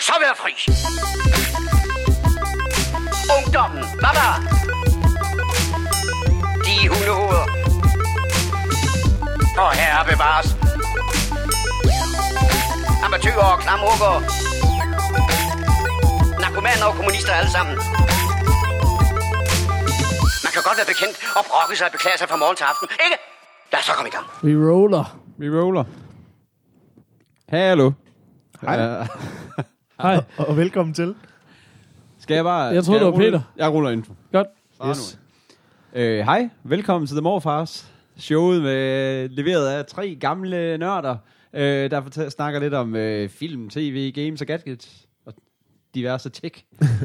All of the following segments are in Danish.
så være fri. Ungdommen, baba. De hundehoveder. Og herre bevares. Amatøger og klamrukker. Narkomaner og kommunister alle sammen. Man kan godt være bekendt og brokke sig og beklage sig fra morgen til aften, ikke? Lad os så komme i gang. Vi roller. Hallo. Hej. Hej. Og velkommen til. Skal jeg bare... Jeg troede, det var Peter. Jeg ruller intro. Godt. Yes. Hej, velkommen til The Morfars. Showet med, leveret af 3 gamle nørder, der snakker lidt om film, tv, games og gadgets. Og diverse tech.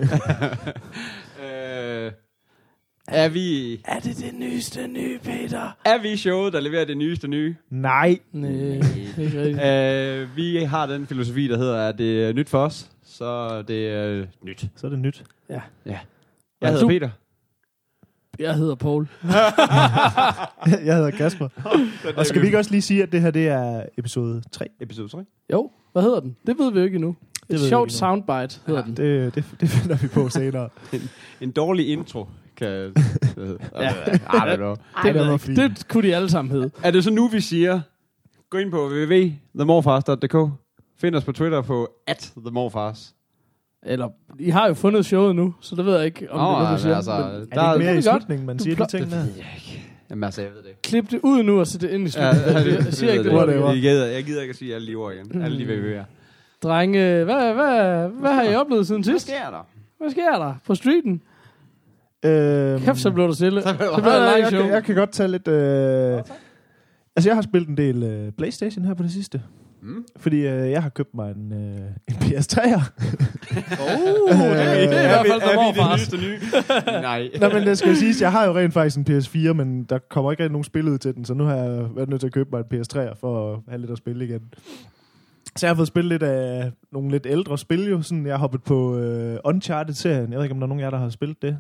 Er det nyeste nye, Peter? Er vi showet, der leverer det nyeste nye? Nej. Ikke rigtigt. Vi har den filosofi, der hedder, at det er nyt for os, så det er nyt. Så er det nyt. Ja. Jeg hedder Peter. Jeg hedder Paul. Jeg hedder Kasper. Og skal vi ikke også lige sige, at det her det er episode 3? Episode 3? Jo, hvad hedder den? Det ved vi jo ikke endnu. Et sjovt soundbite hedder den. Det finder vi på senere. En dårlig intro. Kan... Ja. Det kunne de alle sammen hedde. Er det så nu, vi siger, gå ind på www.themorfars.dk. Find os på Twitter på @themorfars. Eller, I har jo fundet showet nu, så det ved jeg ikke, om det er, du siger. Altså, der er det ikke mere i slutningen, man siger de ting der? Jamen altså, jeg ved det ikke. Klip det ud nu og sæt det ind i slutningen. Jeg siger ikke det. Jeg gider ikke at sige alle de ord igen. Alle de VV'er. Drenge, hvad har I oplevet siden sidst? Hvad sker der på streeten? Kæft, så blev du stille. Jeg kan godt tage lidt... Altså, jeg har spillet en del PlayStation her på det sidste. Fordi jeg har købt mig en PS3'er. Det er i hvert fald der morfars. Nej. Nå, men det skal jo siges, jeg har jo rent faktisk en PS4, men der kommer ikke rigtig nogen spil ud til den, så nu har jeg været nødt til at købe mig en PS3'er for at have lidt at spille igen. Så jeg har fået spillet lidt af nogle lidt ældre spil jo. Sådan, jeg har hoppet på Uncharted-serien. Jeg ved ikke, om der er nogen af jer, der har spillet det.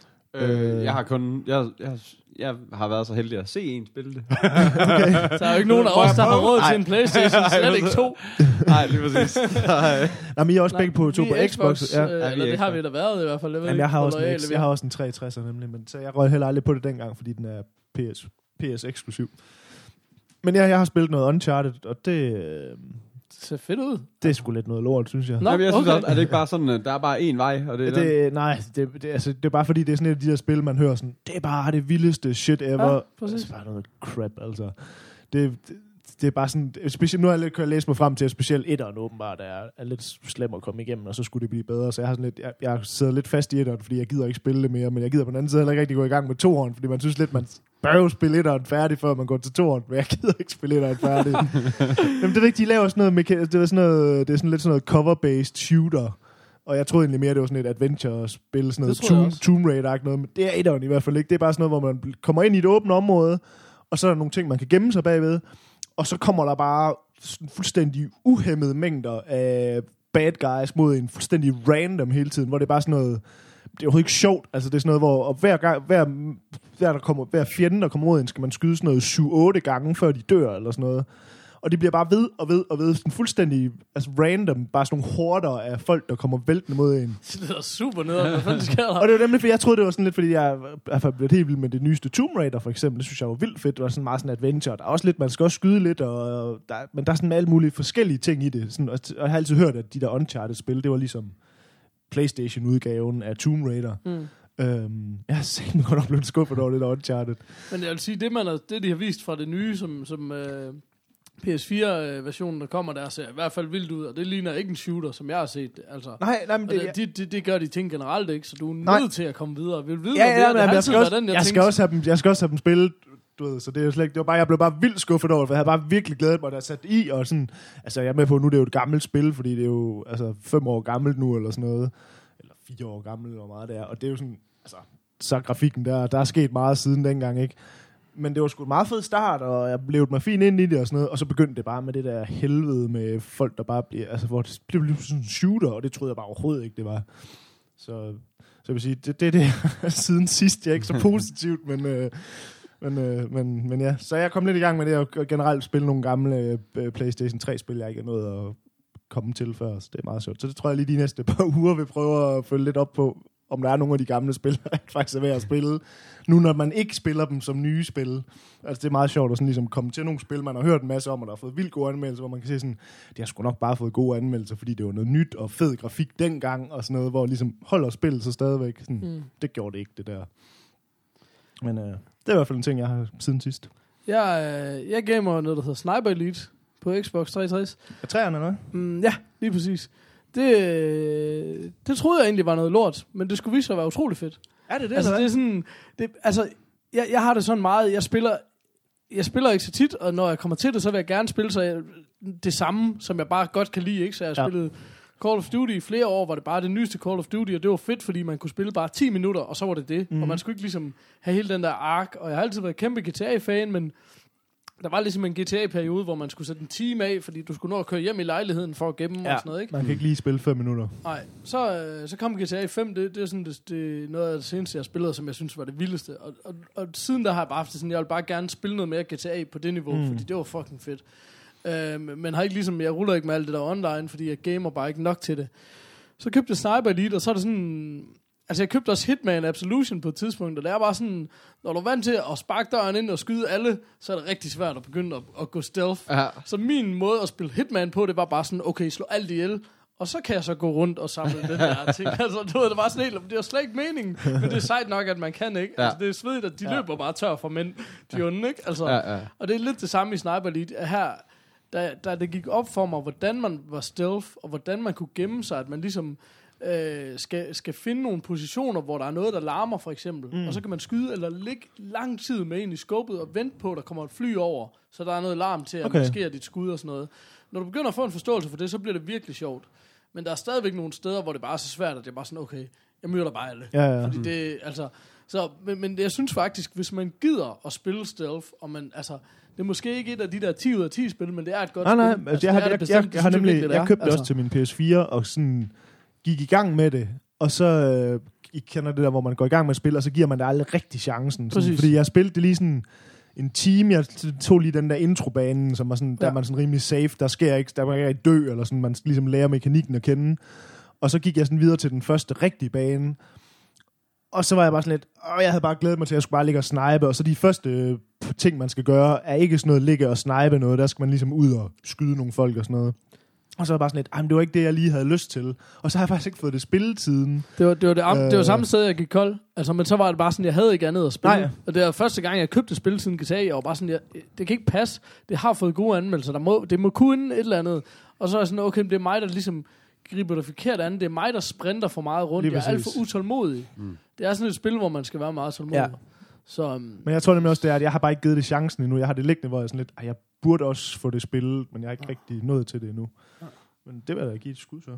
Jeg har været så heldig at se en spille det. Okay. Der er jo ikke nogen af os, der har råd til en PlayStation. Slet ikke 2. Nej, lige præcis. Nej, men I er også begge på Xbox. Ja. Eller det har vi da været i hvert fald. Jamen, jeg har også en 360'er nemlig, men så jeg røg heller aldrig på det dengang, fordi den er PS-eksklusiv. Men jeg har spillet noget Uncharted, og det ser fedt ud. Det er sgu lidt noget lort, synes jeg. Nå, jeg synes, er det ikke bare sådan, der er bare én vej? Og det er bare fordi, det er sådan et af de der spil, man hører sådan, det er bare det vildeste shit ever. Ja, præcis. Det er bare noget crap, altså. Det er bare sådan, specielt, nu har jeg læst mig frem til, at specielt etteren åbenbart er lidt slem at komme igennem, og så skulle det blive bedre. Så jeg har sådan lidt, jeg sidder lidt fast i etteren, fordi jeg gider ikke spille det mere, men jeg gider på den anden side heller ikke rigtig gå i gang med toeren, fordi man synes lidt, man bør jo spille etteren færdig, før man går til toeren, men jeg gider ikke spille etteren færdig. Jamen det er rigtigt, de laver sådan noget, det er sådan lidt sådan noget cover-based shooter, og jeg troede egentlig mere, det var sådan et adventure-spil, sådan noget Tomb Raider-agtigt noget, men det er etteren i hvert fald ikke. Det er bare sådan noget, hvor man kommer ind i et åbent område, og så er der nogle ting, man kan gemme sig bagved, og så kommer der bare fuldstændig uhæmmede mængder af bad guys mod en fuldstændig random hele tiden, hvor det er bare sådan noget, det er jo ikke sjovt, altså det er sådan noget, hvor hver fjende, der kommer mod en, skal man skyde sådan noget 7-8 gange, før de dør, eller sådan noget. Og de bliver bare ved, sådan fuldstændig altså random, bare sådan nogle horder af folk, der kommer væltende mod en. Det er super nederen, hvad fanden sker der? Og det var nemlig, fordi jeg troede, det var sådan lidt, fordi jeg er blevet helt vild med det nyeste Tomb Raider, for eksempel. Det synes jeg var vildt fedt. Det var sådan meget sådan adventure. Der er også lidt, man skal også skyde lidt, men der er sådan alle mulige forskellige ting i det. Sådan, og jeg har altid hørt, at de der Uncharted-spil, det var ligesom PlayStation-udgaven af Tomb Raider. Jeg har set mig godt blevet skuffet over det der Uncharted. Men jeg vil sige, det de har vist fra det nye, som PS4-versionen, der kommer der, ser i hvert fald vildt ud, og det ligner ikke en shooter, som jeg har set. Altså. Nej, men det gør de ting generelt ikke, så du er nødt til at komme videre. Vil du vide, jeg skal også have dem spillet, du ved, så det er jo slet ikke, det var bare, jeg blev bare vildt skuffet over, for jeg havde bare virkelig glædet mig, da jeg satte i, og sådan, altså jeg er med på, nu det er jo et gammelt spil, fordi det er jo altså 5 år gammelt nu, eller sådan noget, eller 4 år gammelt, eller hvor meget det er, og det er jo sådan, altså, så grafikken der er sket meget siden dengang, ikke? Men det var sgu en meget fed start, og jeg blev mig fint ind i det og sådan noget, og så begyndte det bare med det der helvede med folk, der bare bliver, altså hvor det blev sådan en shooter, og det troede jeg bare overhovedet ikke, det var. Så jeg vil sige, det siden sidst, jeg er ikke så positivt, men ja. Så jeg kom lidt i gang med det, og generelt spille nogle gamle PlayStation 3-spil, jeg ikke er nået at komme til før. Så det er meget sjovt. Så det tror jeg lige de næste par uger vil prøve at følge lidt op på, om der er nogle af de gamle spil, der faktisk er ved at spille. Nu når man ikke spiller dem som nye spil. Altså det er meget sjovt at sådan ligesom komme til nogle spil, man har hørt en masse om, og der har fået vildt gode anmeldelser, hvor man kan se sådan, de har sgu nok bare fået gode anmeldelser, fordi det var noget nyt og fed grafik dengang, og sådan noget, hvor ligesom holder spillet så stadigvæk. Sådan, det gjorde det ikke, det der. Men det er i hvert fald en ting, jeg har siden sidst. Jeg gamer noget, der hedder Sniper Elite på Xbox 360. Er træerne, eller hvad? Ja, lige præcis. Det troede jeg egentlig var noget lort, men det skulle vise sig at være utrolig fedt. Er det det? Altså, det er sådan... Jeg har det sådan meget... Jeg spiller ikke så tit, og når jeg kommer til det, så vil jeg gerne spille det samme, som jeg bare godt kan lide, ikke? Så jeg har spillet Call of Duty i flere år, hvor det bare det nyeste Call of Duty, og det var fedt, fordi man kunne spille bare 10 minutter, og så var det det. Og man skulle ikke ligesom have hele den der ark, og jeg har altid været kæmpe GTA-fan, men der var ligesom en GTA-periode, hvor man skulle sætte en time af, fordi du skulle nå at køre hjem i lejligheden for at gemme og sådan noget, ikke? Man kan ikke lige spille 5 minutter. Nej, så kom GTA 5, det er sådan det noget af det seneste, jeg spillede, som jeg synes var det vildeste. Og siden der har jeg bare haft det sådan, jeg vil bare gerne spille noget mere GTA på det niveau, fordi det var fucking fedt. Men har ikke ligesom, jeg ruller ikke med alt det der online, fordi jeg gamer bare ikke nok til det. Så købte jeg Sniper Elite, og så er det sådan... Altså, jeg købte også Hitman Absolution på et tidspunkt, og det er bare sådan, når du er vant til at sparke døren ind og skyde alle, så er det rigtig svært at begynde at gå stealth. Ja. Så min måde at spille Hitman på, det var bare sådan, okay, slå alt ihjel, og så kan jeg så gå rundt og samle den der ting. Altså, du ved, det var sådan helt, det var slet ikke meningen, men det er sejt nok, at man kan, ikke? Altså, det er svedigt, at de løber bare tør for mænd, de onde, ikke? Altså, og det er lidt det samme i Sniper Elite. Her, da det gik op for mig, hvordan man var stealth, og hvordan man kunne gemme sig, at man ligesom... skal finde nogle positioner, hvor der er noget, der larmer, for eksempel. Og så kan man skyde eller ligge lang tid med ind i skåbet og vente på, at der kommer et fly over, så der er noget larm til, at man sker dit skud og sådan noget. Når du begynder at få en forståelse for det, så bliver det virkelig sjovt. Men der er stadigvæk nogle steder, hvor det bare er så svært, at det er bare sådan, okay, jeg myrder bare alle. Ja. Fordi det, altså... Så, men jeg synes faktisk, hvis man gider at spille stealth, og man, altså... Det er måske ikke et af de der 10 ud af 10 spil, men det er et godt spil. Nej, altså, jeg har nemlig... Jeg købte det også til min PS4, og sådan... gik i gang med det, og så I kender det der, hvor man går i gang med at spille, og så giver man det aldrig rigtig chancen. Sådan, fordi jeg spillede det lige sådan en time, jeg tog lige den der introbanen, som var sådan, der er man sådan rimelig safe, der sker ikke, der er ikke dø, eller sådan, man skal ligesom lære mekanikken at kende. Og så gik jeg sådan videre til den første rigtige bane, og så var jeg bare sådan lidt, jeg havde bare glædet mig til, at jeg skulle bare ligge og snipe, og så de første ting, man skal gøre, er ikke sådan noget ligge og snipe noget, der skal man ligesom ud og skyde nogle folk og sådan noget. Og så var jeg bare sådan lidt, det var ikke det, jeg lige havde lyst til. Og så har jeg faktisk ikke fået det spilletiden. Det var samme sted, jeg gik kold. Altså, men så var det bare sådan, jeg havde ikke andet at spille. Nej. Og det var første gang, jeg købte spilletiden GTA, og var bare sådan, det kan ikke passe. Det har fået gode anmeldelser. Det må kunne et eller andet. Og så er jeg sådan, okay, det er mig, der ligesom griber det forkert an. Det er mig, der sprinter for meget rundt. Jeg er alt for utålmodig. Det er sådan et spil, hvor man skal være meget tålmodig. Ja. Så, men jeg tror nemlig også, det er, at jeg har bare ikke givet det chancen endnu. Jeg har det liggende, hvor jeg er sådan lidt, jeg burde også få det spillet, men jeg har ikke rigtig nået til det endnu. Men det vil jeg da give et skud, så.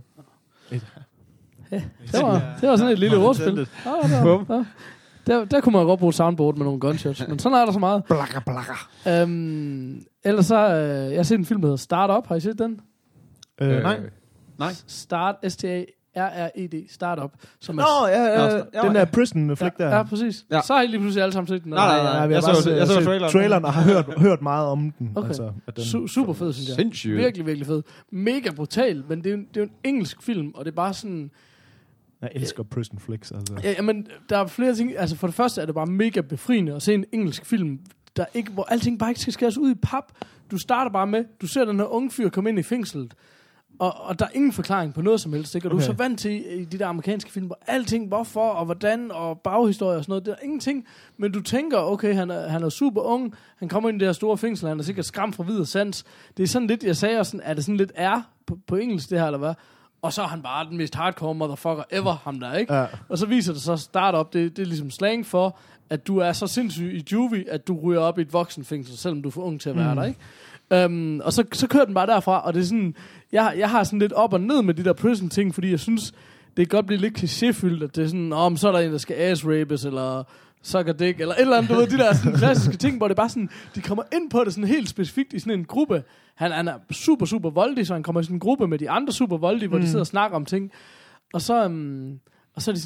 Det var sådan et lille ordspil. Der kunne man godt bruge soundboard med nogle gunshots, men sådan er der så meget. Blakker. Ellers så, jeg har set en film, der hedder Start Up. Har I set den? Nej. Start, S-T-A-R-R-E-D, Startup. Den der prison flick der. Ja, præcis. Ja. Så har I lige pludselig alle sammen set den. Nej, jeg så traileren og har hørt meget om den. Okay. Altså, den super fed, synes jeg. Sindssygt. Virkelig, virkelig fed. Mega brutal, men det er jo en engelsk film, og det er bare sådan... Jeg elsker prison flicks, altså. Ja, men der er flere ting. Altså, for det første er det bare mega befriende at se en engelsk film, hvor alting bare ikke skal skæres ud i pap. Du starter bare med, du ser den her unge fyr komme ind i fængslet, og der er ingen forklaring på noget som helst, ikke? Og du er så vant til i de der amerikanske film, hvor alting, hvorfor og hvordan, og baghistorie og sådan noget, det er ingenting. Men du tænker, okay, han er super ung, han kommer ind i det her store fængsel, han er sikkert skræmt fra vid og sans. Det er sådan lidt, jeg sagde, sådan, er det sådan lidt på engelsk det her, eller hvad? Og så er han bare den mest hardcore motherfucker ever, ham der, ikke? Ja. Og så viser det så Startup, det er ligesom slang for, at du er så sindssyg i juvie, at du ryger op i et voksenfængsel, selvom du er for ung til at være der, ikke? Og så kører den bare derfra, og det er sådan, jeg har sådan lidt op og ned med de der prison ting, fordi jeg synes, det kan godt blive lidt klichéfyldt, at det er sådan, så er der en, der skal ass-rapes, eller sucker dick, eller et eller andet, du ved, de der sådan klassiske ting, hvor det bare sådan, de kommer ind på det sådan helt specifikt i sådan en gruppe. Han er super, super voldig, så han kommer i sådan en gruppe med de andre super voldige, hvor de sidder og snakker om ting. Og så er de sådan lidt,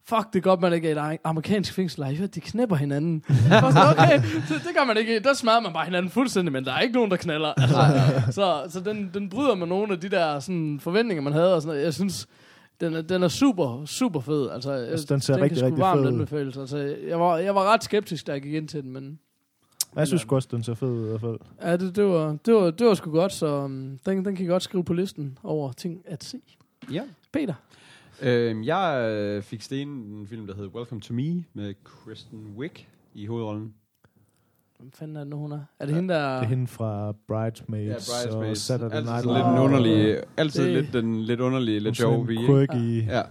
fuck, det er godt, man ikke er et amerikansk fængsel. Jeg hørte, de knæpper hinanden. Okay, det gør man ikke. Der smadrer man bare hinanden fuldstændig, men der er ikke nogen, der knalder. Altså, så den bryder med nogle af de der sådan, forventninger, man havde. Og sådan noget. Jeg synes, den er super, super fed. Altså, den ser rigtig, rigtig fed ud. Altså, jeg var ret skeptisk, da jeg gik ind til den, men... Jeg synes også, den ser fed ud i hvert fald. Ja, det var sgu godt, så den kan I godt skrive på listen over ting at se. Ja. Peter? Jeg fik stenet en film, der hedder Welcome to Me, med Kristen Wiig i hovedrollen. Hvem fanden er det nu, hun er? Er det hende, der... Det er hende fra Bridesmaids, og Saturday Night Live. Altid lidt lidt underlige, lidt sjove vi. Ja.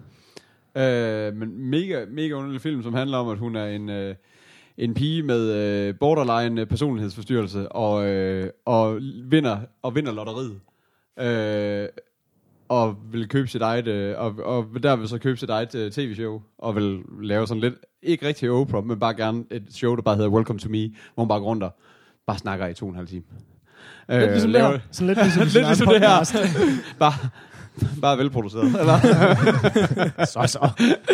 Men mega underlig film, som handler om, at hun er en pige med borderline personlighedsforstyrrelse og vinder lotteriet. Og vil købe sit eget og der vil så købe sit eget tv-show og vil lave sådan lidt ikke rigtig Oprah, men bare gerne et show der bare hedder Welcome to Me, hvor hun bare går rundt og bare snakker i 2,5 timer. Lidt ligesom det her. Sådan lidt ligesom det her. Bare velproduceret. Eller? så.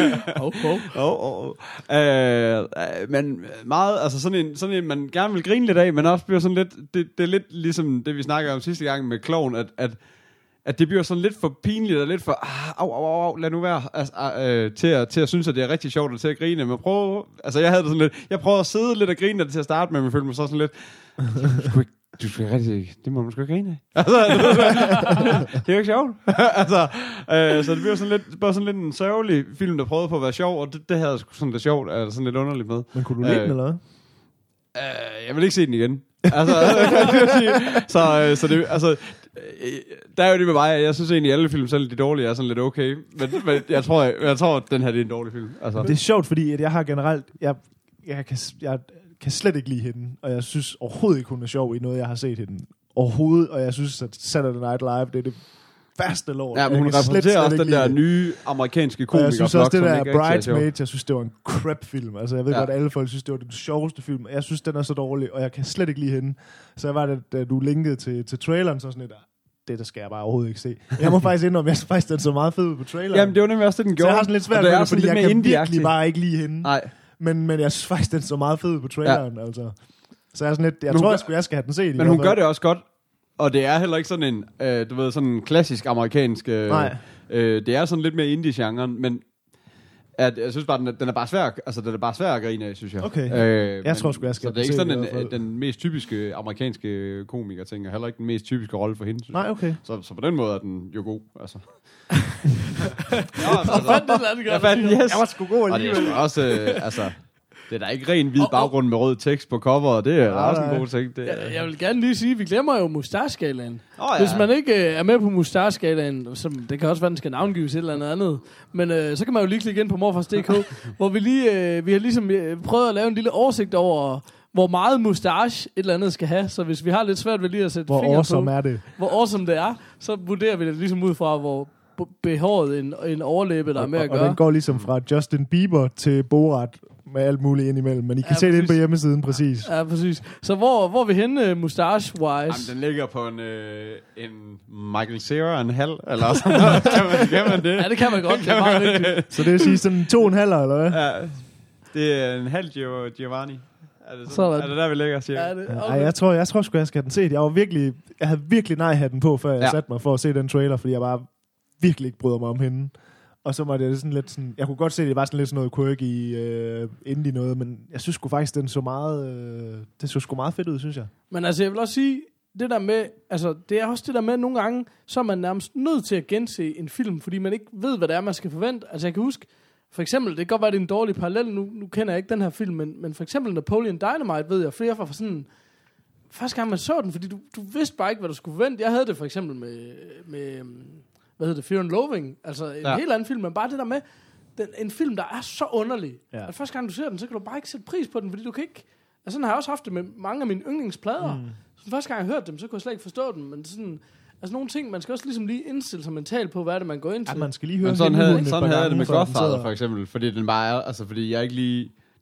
Men meget, altså sådan en, man gerne vil grine lidt af, men også bliver sådan lidt, det er lidt ligesom det, vi snakkede om sidste gang med Klovn, at det bliver sådan lidt for pinligt, og lidt for, lad nu være, altså, til at synes, at det er rigtig sjovt, og til at grine, men jeg havde det sådan lidt, jeg prøvede at sidde lidt og grine af det til at starte med, men følte mig så sådan lidt, du skal rigtig, det må man sgu ikke grine af. Altså, det er jo ikke sjovt. Altså, så det bliver sådan lidt en sørgelig film, der prøvede på at være sjov, og det havde sgu sådan lidt sjovt, altså sådan lidt underligt med. Men kunne du lide den, eller hvad? Jeg vil ikke se den igen. Altså, så det, altså, der er jo det med mig, jeg synes egentlig, at alle film, selv de dårlige, er sådan lidt okay, men jeg tror, at den her det er en dårlig film. Altså. Det er sjovt, fordi at jeg har generelt, jeg kan slet ikke lide hende, og jeg synes overhovedet ikke, hun er sjov i noget, jeg har set hende. Overhovedet, og jeg synes, at Saturday Night Live, det er det værste lort. Ja, men hun repræsenterer også den der nye amerikanske komiker. Og jeg synes også, det der Bridesmaids, jeg synes, det var en crap-film. Altså, jeg ved godt, at alle folk synes, det var den sjoveste film. Jeg synes, den er så dårlig, og jeg kan slet ikke lide hende. Så jeg var, da du linkede til traileren, så sådan lidt, det skal jeg bare overhovedet ikke se. Jeg må faktisk indrømme, jeg synes faktisk, den så meget fed ud på traileren. Jamen, det var nemlig også det, den gjorde. Så jeg har sådan lidt svært ved det, fordi jeg kan virkelig bare ikke lide hende. Nej. Men jeg synes faktisk, den så meget fed ud på traileren, altså. Så jeg er sådan lidt, jeg tror, jeg skal have den set. Men hun gør det også godt. Og det er heller ikke sådan en, du ved, sådan en klassisk amerikansk... det er sådan lidt mere indie-genren, men jeg synes bare, den er bare svær, altså den er bare svær at grine af, synes jeg. Okay. Jeg tror sgu, jeg skal. Så det er ikke sådan den mest typiske amerikanske komiker ting, og heller ikke den mest typiske rolle for hende, synes Nej, okay. Så på den måde er den jo god, altså. Jeg var sgu god alligevel. Og det er også, altså... Det er da ikke ren hvid baggrund med rød tekst på coveret, det er også en god ting. Jeg vil gerne lige sige, at vi glemmer jo mustache-skalaen. Hvis man ikke er med på mustache-skalaen, det kan også være, den skal navngives et eller andet, men så kan man jo lige klikke ind på morfars.dk, hvor vi har ligesom prøvet at lave en lille oversigt over, hvor meget mustache et eller andet skal have. Så hvis vi har lidt svært ved lige at sætte fingre på, hvor awesome det er, så vurderer vi det ligesom ud fra, hvor behåret en overlæbe, der er med at gøre. Og den går ligesom fra Justin Bieber til Borat, med alt muligt indimellem, men I kan se det inde på hjemmesiden, præcis. Ja, præcis. Så hvor er vi henne, mustache-wise? Jamen, den ligger på en Michael Cera, en halv, eller sådan noget. Kan man det? Ja, det kan man godt, det er meget rigtigt. Så det vil sige sådan 2,5, eller hvad? Ja, det er en halv Giovanni. Er det der, vi ligger, siger jeg? Okay. Jeg tror sgu, jeg skal have den set. Jeg havde virkelig nej-hatten på, før jeg satte mig for at se den trailer, fordi jeg bare virkelig ikke bryder mig om hende. Og så var det sådan lidt sådan... Jeg kunne godt se, at det var sådan lidt sådan noget quirky indie noget, men jeg synes sgu faktisk, den så meget... det så sgu meget fedt ud, synes jeg. Men altså, jeg vil også sige, det der med... Altså, det er også det der med, nogle gange, så er man nærmest nødt til at gense en film, fordi man ikke ved, hvad det er, man skal forvente. Altså, jeg kan huske... For eksempel, det kan godt være, det er en dårlig parallel, nu kender jeg ikke den her film, men for eksempel Napoleon Dynamite, ved jeg flere fra sådan... Første gang man så den, fordi du vidste bare ikke, hvad du skulle forvente. Jeg havde det for eksempel med hvad hedder det, Fear and Loathing, altså en helt anden film, men bare det der med, en film, der er så underlig, at første gang du ser den, så kan du bare ikke sætte pris på den, fordi du kan ikke, altså sådan har jeg også haft det med mange af mine yndlingsplader, så første gang jeg hørte dem, så kunne jeg slet ikke forstå dem, men sådan, altså nogle ting, man skal også ligesom lige indstille sig mentalt på, hvad er det, man går ind til. Ja, man skal lige høre sådan havde det med Godfather, for eksempel, fordi den bare er, altså fordi jeg ikke lige,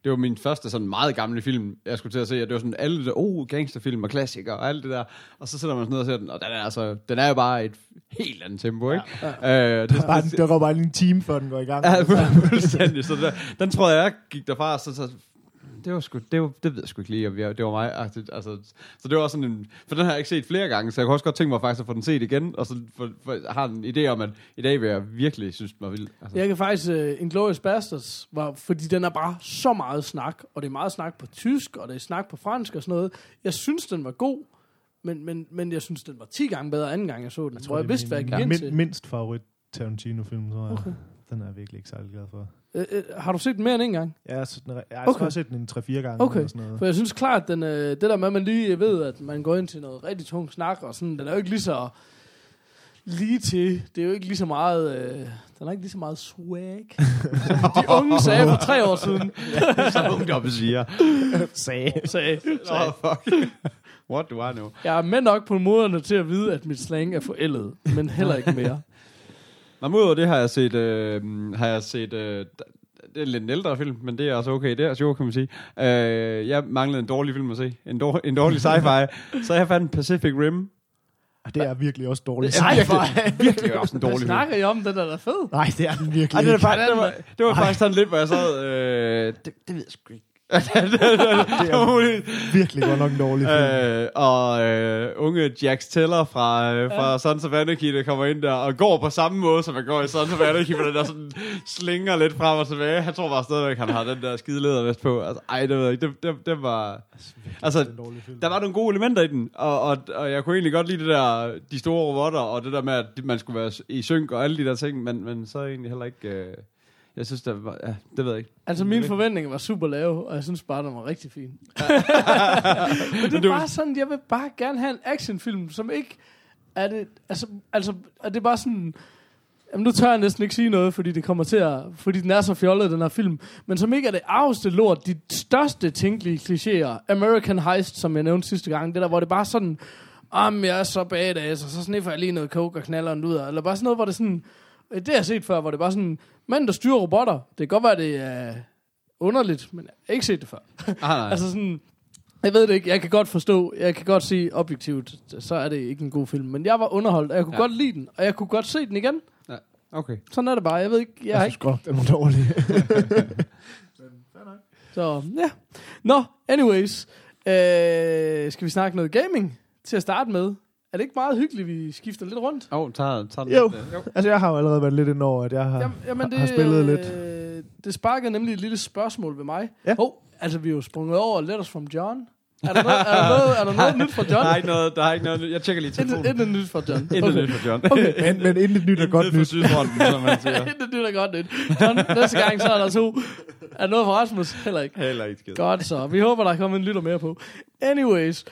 det var min første sådan meget gamle film, jeg skulle til at se, og det var sådan alle det gangsterfilm og klassikere og alt det der, og så sætter man sådan ned og ser den, og den er jo bare et helt andet tempo, ikke? Ja. Der går bare lige en time, før den går i gang. Ja, fuldstændig. Så den tror jeg gik derfra, så det ved jeg sgu ikke lige, det var mig. Altså, så det var også sådan en, for den har jeg ikke set flere gange, så jeg kunne også godt tænke mig faktisk at få den set igen, og så har en idé om, at i dag vil jeg virkelig synes, den var vild. Altså. Jeg kan faktisk, Inglourious Basterds, fordi den er bare så meget snak, og det er meget snak på tysk, og det er snak på fransk og sådan noget. Jeg synes, den var god, men jeg synes, den var 10 gange bedre anden gang, jeg så den. Jeg tror, jeg vidste, hvad jeg gik ind til. Mindst favorit Tarantino-film, tror jeg. Okay. Den er jeg virkelig ikke særlig glad for. Har du set den mere end en gang? Ja, jeg har set den 3-4 gange. Okay, eller sådan noget. For jeg synes klart, at det der med, at man lige ved, at man går ind til noget rigtig tung snak, og sådan, den er jo ikke lige så lige til. Det er jo ikke lige så meget, den er ikke lige så meget swag, som de unge sagde for 3 år siden. Så ungdommen siger. Sagde. Fuck. What do I know? Jeg er med nok på moderne til at vide, at mit slang er forældet, men heller ikke mere. Nå, modover det har jeg set det er lidt en ældre film, men det er også okay. Det er sjovt, kan man sige. Jeg manglede en dårlig film at se. En dårlig sci-fi. Så jeg fandt Pacific Rim. Det er virkelig også dårlig sci-fi. Virkelig også en dårlig film. Hvad snakker I om? Den er da fed. Nej, det er den virkelig ikke. Det var faktisk sådan lidt, hvor jeg sad... det ved jeg sgu ikke. Det er virkelig godt nok en dårlig film. Unge Jax Teller fra Sons of Anarchy, der kommer ind der og går på samme måde, som man går i Sons of Anarchy, for den der sådan slinger lidt frem og tilbage. Han tror bare stadigvæk, han har den der skide lædervest på. Altså, det ved jeg ikke. Det var... Altså, der var nogle gode elementer i den, og jeg kunne egentlig godt lide det der, de store robotter, og det der med, at man skulle være i synk og alle de der ting, men så egentlig heller ikke... Jeg synes, det var... Ja, det ved jeg ikke. Altså, mine forventninger var super lave, og jeg synes bare, den var rigtig fin. Men det er bare sådan, jeg vil bare gerne have en actionfilm, som ikke er det... Altså er det bare sådan... Jamen, nu tør jeg næsten ikke sige noget, fordi det kommer til at... Fordi den er så fjollet, den her film. Men som ikke er det arveste lort, de største tænkelige klichéer. American Heist, som jeg nævnte sidste gang. Det der, hvor det bare sådan... jeg er så badass, og så sniffer jeg lige noget coke og knaller den ud. Eller bare sådan noget, hvor det sådan... Det har jeg set før, hvor det bare sådan... Mænd, der styrer robotter. Det kan godt være, det er underligt, men jeg har ikke set det før. Altså sådan... Jeg ved det ikke. Jeg kan godt forstå. Jeg kan godt sige objektivt, så er det ikke en god film. Men jeg var underholdt, og jeg kunne godt lide den. Og jeg kunne godt se den igen. Ja, okay. Sådan er det bare. Jeg ved ikke... Jeg synes godt, den var dårlig. Så, ja. Nå, anyways. Skal vi snakke noget gaming til at starte med? Er det ikke meget hyggeligt, vi skifter lidt rundt? Tager den jo. Lidt. Jo. Altså, jeg har jo allerede været lidt ind over, at jeg har spillet lidt. Det sparkede nemlig et lille spørgsmål ved mig. Ja. Altså, vi er jo sprunget over Letters from John. Er der noget nyt fra John? Der er ikke noget nyt. Jeg tjekker lige telefonen. Intet nyt fra John. Intet nyt fra John. Okay. men intet nyt er godt nyt. Som man siger. Intet nyt er godt nyt. John, næste gang så er der 2. Er der noget fra Rasmus? Heller ikke. Heller ikke skidt. Godt så. Vi håber, der kommer en lytter mere på. Anyways.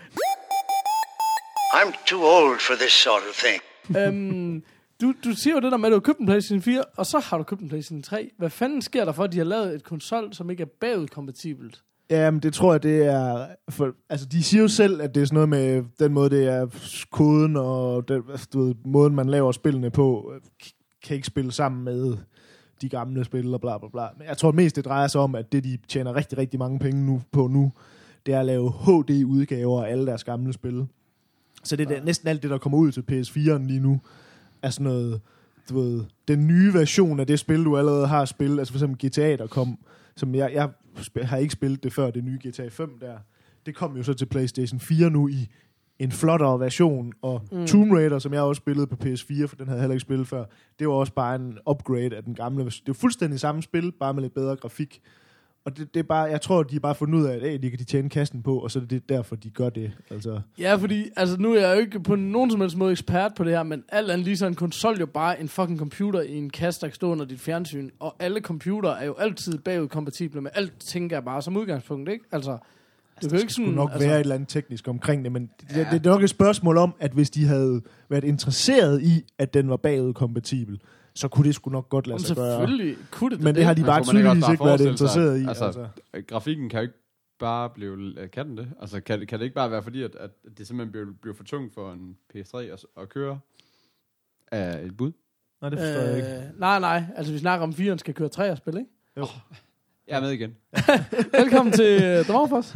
I'm too old for this sort of thing. Du siger jo det der med, at du har købt en PlayStation 4, og så har du købt en PlayStation 3. Hvad fanden sker der for, at de har lavet et konsol, som ikke er bagudkompatibelt? Jamen, det tror jeg, det er... altså, de siger jo selv, at det er sådan noget med den måde, det er koden og den, måden, man laver spillene på, kan ikke spille sammen med de gamle spil og bla bla bla. Men jeg tror mest, det drejer sig om, at det, de tjener rigtig, rigtig mange penge nu, det er at lave HD-udgaver af alle deres gamle spil. Så det er næsten alt det, der kommer ud til PS4'en lige nu, er sådan noget, du ved, den nye version af det spil, du allerede har spillet, altså for eksempel GTA, der kom, som jeg har ikke spillet det før, det nye GTA 5 der, det kom jo så til PlayStation 4 nu i en flottere version, og Tomb Raider, som jeg også spillede på PS4, for den havde jeg heller ikke spillet før, det var også bare en upgrade af den gamle version. Det er fuldstændig samme spil, bare med lidt bedre grafik. Og det er bare, jeg tror, de er bare fundet ud af, at de kan tjene kassen på, og så er det derfor, de gør det. Altså. Ja, fordi altså, nu er jeg jo ikke på nogen som helst måde ekspert på det her, men alt andet lige så en konsol jo bare en fucking computer i en kasse, der kan stå under dit fjernsyn, og alle computer er jo altid bagudkompatible med alt, tænker jeg bare som udgangspunkt, ikke? Altså, det kan ikke sådan... nok være et eller andet teknisk omkring det, men det er nok et spørgsmål om, at hvis de havde været interesseret i, at den var bagudkompatibel, så kunne det sgu nok godt lade sig gøre. Selvfølgelig kunne det. Men det har de bare tydeligvis ikke været interesseret i. Altså, grafikken kan jo ikke bare blive... Kan den det? Altså, kan det ikke bare være fordi, at det simpelthen bliver for tungt for en PS3 at køre af et bud? Nej, det forstår jeg ikke. Nej. Altså, vi snakker om 4'eren skal køre 3'er-spil, ikke? Jo. Jeg er med igen. Velkommen til Dragfors.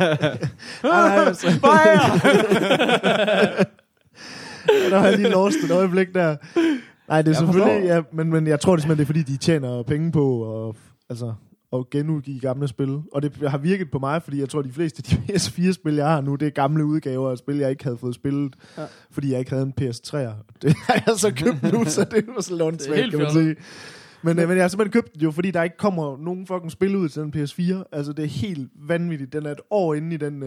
Der har jeg lige lost et øjeblik der. Nej, det er selvfølgelig... Ja, men jeg tror det simpelthen, det er fordi, de tjener penge på at genudgive gamle spil. Og det har virket på mig, fordi jeg tror, de fleste af de PS4-spil, jeg har nu, det er gamle udgaver af spil, jeg ikke havde fået spillet, fordi jeg ikke havde en PS3'er. Det har jeg så købt nu, så det var så lånsvægt, kan man sige. Men jeg har simpelthen købt den jo, fordi der ikke kommer nogen fucking spil ud til den PS4. Altså, det er helt vanvittigt. Den er et år inde i den,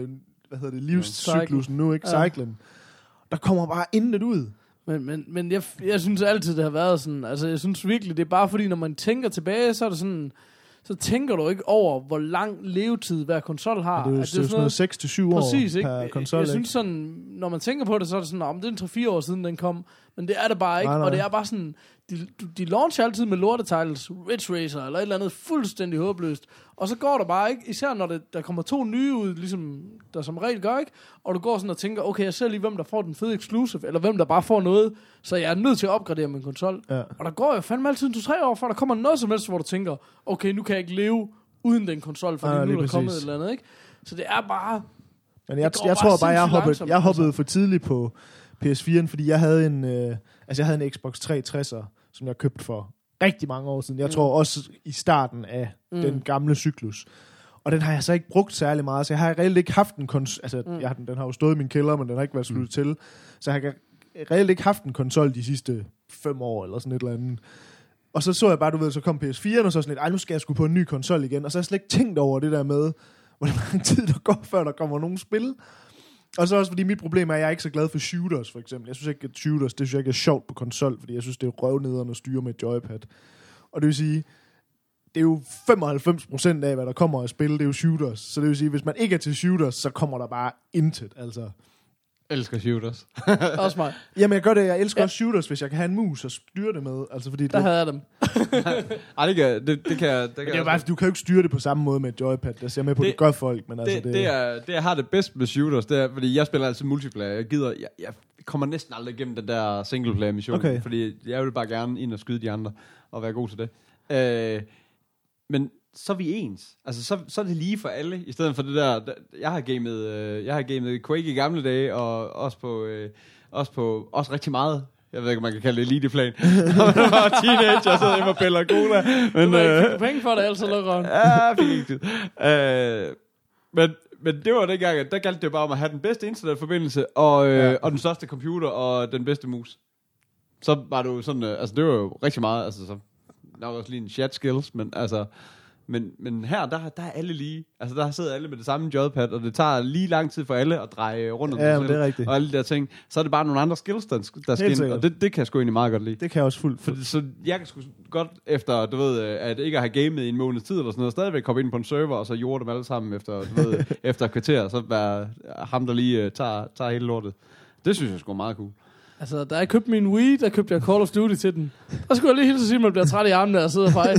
livscyklusen nu, ikke? Cyclen. Der kommer bare intet ud. Men jeg synes altid, det har været sådan. Altså, jeg synes virkelig, det er bare fordi, når man tænker tilbage, så er det sådan... Så tænker du ikke over, hvor lang levetid hver konsol har. Ja, det er jo sådan noget 6-7 år præcis, per konsol. Jeg synes sådan, når man tænker på det, så er det sådan, om det er 3-4 år siden, den kom. Men det er det bare ikke. Nej. Og det er bare sådan, de launcher altid med lortetitles, Ridge Racer eller et eller andet fuldstændig håbløst. Og så går der bare ikke, især når der kommer 2 nye ud, ligesom der som regel gør, ikke? Og du går sådan og tænker, okay, jeg ser lige, hvem der får den fede exclusive, eller hvem der bare får noget, så jeg er nødt til at opgradere min konsol. Ja. Og der går jo fandme altid 2-3 år, før der kommer noget som helst, hvor du tænker, okay, nu kan jeg ikke leve uden den konsol, fordi nu er der kommet et eller andet, ikke? Så det er bare... Men jeg tror bare, jeg hoppede for tidligt på PS4'en, fordi jeg havde en Xbox 360'er, som jeg købte for rigtig mange år siden. Jeg tror også i starten af den gamle cyklus. Og den har jeg så ikke brugt særlig meget, så jeg har reelt ikke haft en den har jo stået i min kælder, men den har ikke været sluttet til. Så jeg har reelt ikke haft en konsol de sidste 5 år, eller sådan et eller andet. Og så jeg bare, så kom PS4'en, og så sådan lidt, nu skal jeg sgu på en ny konsol igen. Og så har jeg slet ikke tænkt over det der med, hvor lang tid der går, før der kommer nogle spil. Og så også fordi mit problem er, at jeg er ikke så glad for shooters, for eksempel. Jeg synes ikke, at shooters, det synes jeg ikke er sjovt på konsol, fordi jeg synes, det er røvnederne at styre med et joypad. Og det vil sige, det er jo 95% af, hvad der kommer af spil, det er jo shooters. Så det vil sige, hvis man ikke er til shooters, så kommer der bare intet, altså. Elsker shooters. Også mig. Jamen, jeg gør det. Jeg elsker også shooters, hvis jeg kan have en mus og styre det med. Altså, fordi der havde jeg dem. Ej, det kan jeg. Det er bare, du kan jo ikke styre det på samme måde med et joypad. Der ser med på, det gør folk. Men altså, det jeg har det bedst med shooters, det er, fordi jeg spiller altid multiplayer. Jeg kommer næsten aldrig igennem den der singleplayer mission, fordi jeg vil bare gerne ind og skyde de andre og være god til det. Men så er vi ens. Altså, så er det lige for alle, i stedet for det der... Jeg har gamet Quake i gamle dage, og også rigtig meget. Jeg ved ikke, om man kan kalde det eliteplan. Når man var teenager, så jeg var Bella Cola. Men, du fik ikke penge for det, altså lukker. Ja, fik ikke det. Men det var dengang, at der galt det bare om at have den bedste internetforbindelse, og den største computer, og den bedste mus. Så var det jo sådan... altså, det var jo rigtig meget... Altså, så nok også lige en chat skills, men altså... Men her, der er alle lige. Altså, der sidder alle med det samme joypad, og det tager lige lang tid for alle at dreje rundt om sig selv, og alle de der ting. Så er det bare nogle andre skills, der skal ind, og det kan jeg sgu egentlig meget godt lide. Det kan jeg også fuldt. Så jeg kan sgu godt efter, du ved, at ikke have gamet i en måneds tid, eller sådan noget, stadigvæk komme ind på en server, og så jorde dem alle sammen efter, du ved, efter et kvarter, så være ham, der lige tager hele lortet. Det synes jeg sgu er meget cool. Altså, da jeg købte min Wii, der købte jeg Call of Duty til den. Der skulle jeg lige hilse at sige, at man bliver træt i armene og sidder og feje.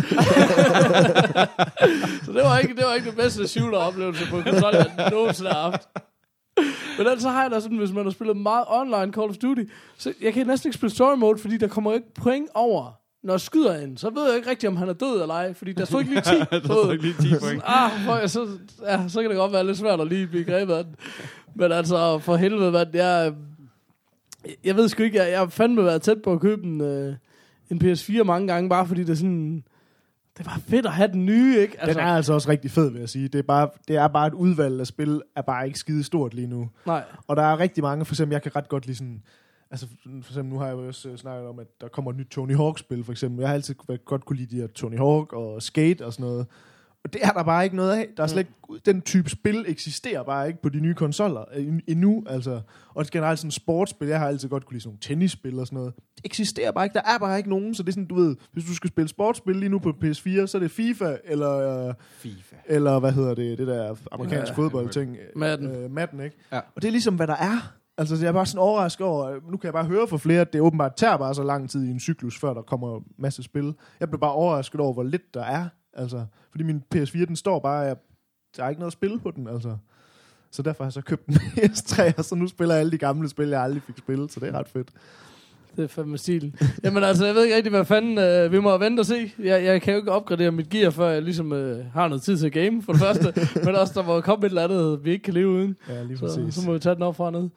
Så det var ikke det bedste shooter-oplevelse på konsol, jeg nogensinde har haft. Men ellers så har jeg da sådan, hvis man har spillet meget online Call of Duty, så jeg kan næsten ikke spille story mode, fordi der kommer ikke point over, når jeg skyder ind. Så ved jeg ikke rigtigt, om han er død eller ej, fordi der stod ikke lige 10. Der stod ikke lige 10 point. Så kan det godt være lidt svært at lige blive grebet af den. Men altså, for helvede, hvad jeg ved sgu ikke, jeg har fandme været tæt på at købe en PS4 mange gange, bare fordi det er sådan... Det er bare fedt at have den nye, ikke? Altså, den er altså også rigtig fed, vil jeg sige. Det er bare et udvalg af spil, er bare ikke skide stort lige nu. Nej. Og der er rigtig mange, for eksempel, jeg kan ret godt lide sådan... Altså, for eksempel, nu har jeg jo også snakket om, at der kommer et nyt Tony Hawk-spil, for eksempel. Jeg har altid godt kunne lide de her Tony Hawk og Skate og sådan noget. Og det er der bare ikke noget af. Der er slet ikke, den type spil eksisterer bare ikke på de nye konsoller endnu, altså. Og det generelt sådan sportsspil, jeg har altid godt kunne lide sådan nogle tennisspil og sådan noget. Det eksisterer bare ikke, der er bare ikke nogen, så det er sådan, du ved, hvis du skal spille sportsspil lige nu på PS4, så er det FIFA, eller hvad hedder det der amerikansk fodboldting. Madden, ikke? Ja. Og det er ligesom, hvad der er. Altså, jeg er bare sådan overrasket over, nu kan jeg bare høre fra flere, at det åbenbart tager bare så lang tid i en cyklus, før der kommer masse spil. Jeg bliver bare overrasket over, hvor lidt der er. Altså, fordi min PS4, den står bare, der er ikke noget at spille på den, altså. Så derfor har jeg så købt en PS3, og så nu spiller jeg alle de gamle spil, jeg aldrig fik spillet, så det er ret fedt. Det er fandme stilen. Jamen altså, jeg ved ikke rigtig, hvad fanden vi må vente og se. Jeg kan jo ikke opgradere mit gear, før jeg ligesom har noget tid til at game, for det første. Men også, der må komme et eller andet, vi ikke kan leve uden. Ja, lige præcis. Så må vi tage den op fra ned.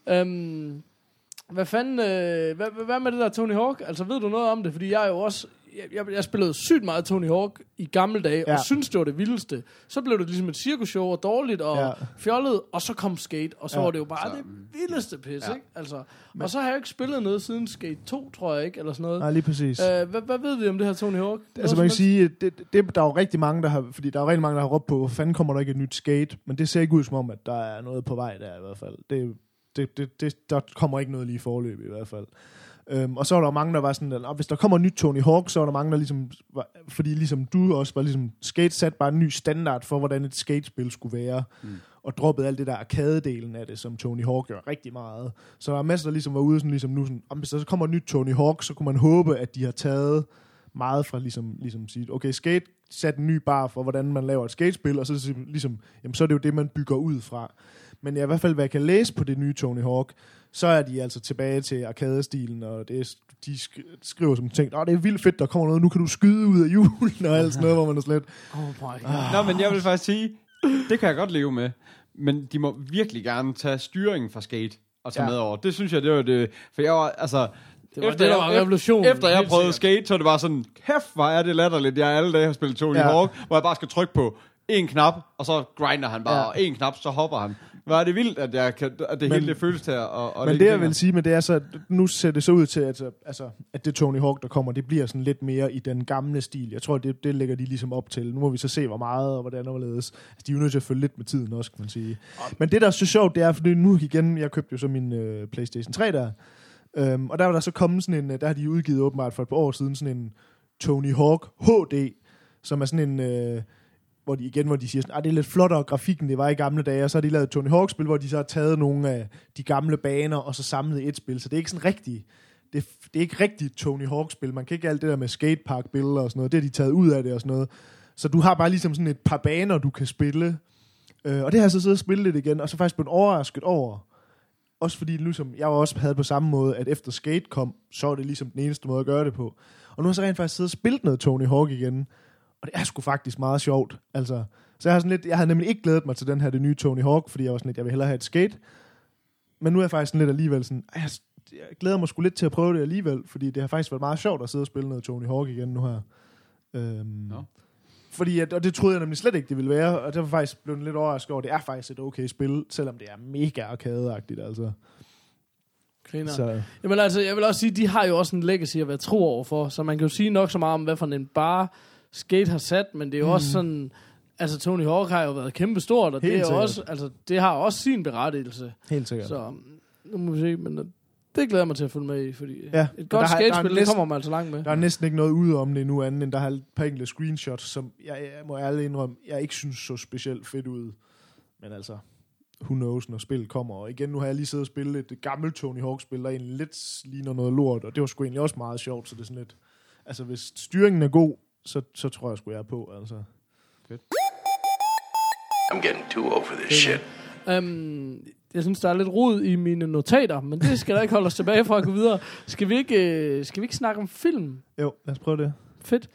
Hvad fanden... hvad med det der Tony Hawk? Altså, ved du noget om det? Fordi jeg er jo også... Jeg spillede sygt meget Tony Hawk i gamle dage, og synes det var det vildeste. Så blev det ligesom et cirkusshow, og dårligt og fjollet, og så kom Skate, og så var det jo bare det vildeste pis, ikke? Altså, og så har jeg ikke spillet noget siden Skate 2, tror jeg ikke, eller sådan noget. Nej, lige præcis. Hvad ved vi om det her Tony Hawk? Altså man kan sige, der er jo rigtig mange, der har, fordi der er jo rigtig mange, der har råbt på, hvor fanden kommer der ikke et nyt Skate? Men det ser ikke ud som om, at der er noget på vej der i hvert fald. Der kommer ikke noget lige i forløb i hvert fald. Og så var der mange, der var sådan, at hvis der kommer et nyt Tony Hawk, så var der mange, der ligesom, fordi ligesom du også var ligesom, Skate sat bare en ny standard for, hvordan et skatespil skulle være, og droppede alt det der arcade-delen af det, som Tony Hawk gør rigtig meget. Så der er masser, der ligesom var ude sådan, ligesom nu, sådan, hvis der så kommer et nyt Tony Hawk, så kunne man håbe, at de har taget meget fra ligesom sige, okay, Skate sat en ny bar for, hvordan man laver et skatespil, og så ligesom, jamen, så er det jo det, man bygger ud fra. Men i hvert fald, hvad jeg kan læse på det nye Tony Hawk, så er de altså tilbage til arcade-stilen, og de skriver som ting, det er vildt fedt, der kommer noget, nu kan du skyde ud af julen, og alt sådan noget, hvor man er slet... Nå, men jeg vil faktisk sige, det kan jeg godt leve med, men de må virkelig gerne tage styringen fra Skate og tage med over. Det synes jeg, det var det, for jeg var, altså... Efter jeg prøvede Skate, så det var sådan, kæft, hvor er det latterligt, jeg alle dage har spillet Tony Hawk, hvor jeg bare skal trykke på en knap, og så grinder han bare, og en knap, så hopper han. Hvor er det vildt, at det hele det føles til at men det jeg vil sige med det er så, nu ser det så ud til, at det Tony Hawk, der kommer, det bliver sådan lidt mere i den gamle stil. Jeg tror, det lægger de ligesom op til. Nu må vi så se, hvor meget og hvordan overledes. Altså, de er jo nødt til at følge lidt med tiden også, kan man sige. Men det, der er så sjovt, det er, fordi nu igen, jeg købte jo så min PlayStation 3 der, og der var der så kommet sådan en, der har de udgivet åbenbart for et par år siden, sådan en Tony Hawk HD, som er sådan en... hvor de siger sådan, det er lidt flottere grafikken, det var i gamle dage, og så har de lavet et Tony Hawk-spil, hvor de så har taget nogle af de gamle baner, og så samlet et spil, så det er ikke sådan rigtigt, det er ikke rigtigt Tony Hawk-spil, man kan ikke alt det der med skatepark-billeder og sådan noget, det har de taget ud af det og sådan noget, så du har bare ligesom sådan et par baner, du kan spille, og det har jeg så siddet og spillet lidt igen, og så faktisk blevet overrasket over, også fordi ligesom, jeg også havde på samme måde, at efter Skate kom, så var det ligesom den eneste måde at gøre det på, og nu har jeg så rent faktisk siddet og spillet noget Tony Hawk igen, og det er sgu faktisk meget sjovt. Altså, så jeg havde nemlig ikke glædet mig til den her, det nye Tony Hawk, fordi jeg var sådan lidt, jeg vil hellere have et Skate. Men nu er jeg faktisk sådan lidt alligevel sådan, jeg glæder mig sgu lidt til at prøve det alligevel, fordi det har faktisk været meget sjovt at sidde og spille noget Tony Hawk igen nu her. Fordi, og det troede jeg nemlig slet ikke, det ville være, og det var faktisk blevet lidt overrasket over, det er faktisk et okay spil, selvom det er mega arcade-agtigt, altså. Så. Jamen altså, jeg vil også sige, de har jo også en legacy at være tro overfor, så man kan jo sige nok så meget om, hvad for en bare Skate har sat, men det er jo også sådan, altså Tony Hawk har jo været kæmpe stort, og det er jo også, altså det har også sin berettigelse. Helt sikkert. Så nu må vi se, men det glæder mig til at følge med i, fordi et godt skatespil, det kommer man altså langt med. Der er næsten ikke noget ude om det nu andet, end der har et par enkelte screenshots, som jeg må ærligt indrømme, jeg ikke synes så specielt fedt ud. Men altså, who knows, når spillet kommer. Og igen, nu har jeg lige siddet og spillet et gammelt Tony Hawk-spil, der egentlig lidt ligner noget lort, og det var sgu egentlig også meget sjovt, så det er sådan lidt, altså hvis styringen er god, så tror jeg sgu, jeg er på, altså. Fedt. I'm getting too old for this shit. Jeg synes, der er lidt rod i mine notater, men det skal der ikke holde os tilbage fra at gå videre. Skal vi ikke snakke om film? Jo, lad os prøve det. Fedt.